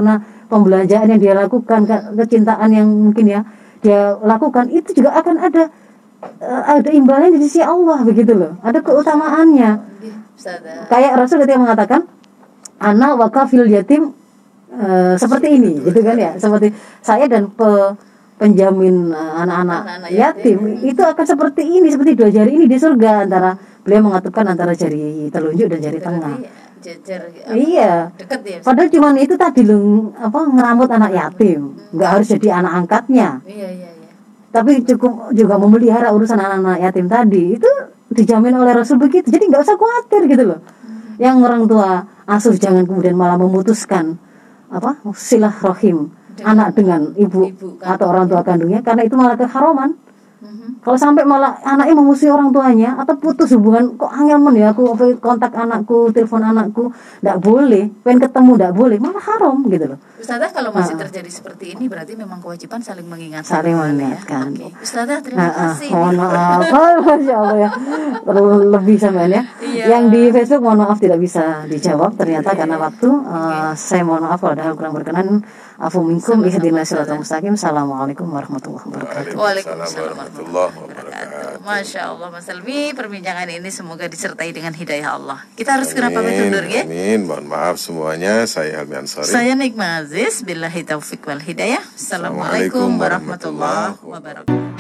pembelanjaan yang dia lakukan, ke- kecintaan yang mungkin ya dia lakukan, itu juga akan ada eh, ada imbalannya di sisi Allah begitu loh. Ada keutamaannya. Ustazah. Kayak Rasul ketika mengatakan ana wakafil yatim eh, seperti ini gitu kan ya, seperti saya dan pe- penjamin eh, anak-anak Anak-anak yatim itu akan seperti ini, seperti dua jari ini di surga, antara beliau mengatupkan antara jari telunjuk dan jari tengah. Berarti jajar apa, Iya. deket ya Ustazah? Padahal cuman itu tadi loh, apa ngeramut anak yatim, nggak harus jadi anak angkatnya, Iya iya iya. tapi cukup juga memelihara urusan anak-anak yatim tadi, itu dijamin oleh Rasul begitu. Jadi nggak usah khawatir gitu loh. Yang orang tua asuh jangan kemudian malah memutuskan apa silah rahim anak dengan ibu, ibu atau orang tua kandungnya, karena itu malah keharaman. Mhm. Kalau sampai malah anaknya memusuhi orang tuanya atau putus hubungan, kok angel men ya aku apa, kontak anakku, telepon anakku, nggak boleh, pengen ketemu nggak boleh, malah haram gitu loh. Ustazah, kalau masih Ah. terjadi seperti ini berarti memang kewajiban saling mengingatkan. Saling kembali ya. mengingatkan. Oke. Ustazah, terima Nah, ah, kasih. mohon maaf, oh, masya Allah ya, terlalu lebih sampean ya. Iya. Yang di Facebook mohon maaf tidak bisa dijawab ternyata karena waktu. Eh, saya mohon maaf kalau ada hal kurang berkenan. Afu minkum ihdinas siratal mustaqim. Assalamualaikum warahmatullahi wabarakatuh. Waalaikumsalam warahmatullahi wabarakatuh. wabarakatuh. Masya Allah Mas Helmi, perbincangan ini semoga disertai dengan hidayah Allah. Kita harus segera pamit undur ya. Amin. Mohon maaf semuanya. Saya Helmi Ansori. Saya Nikma Aziz, billahi taufiq wal hidayah. Assalamualaikum warahmatullahi wabarakatuh.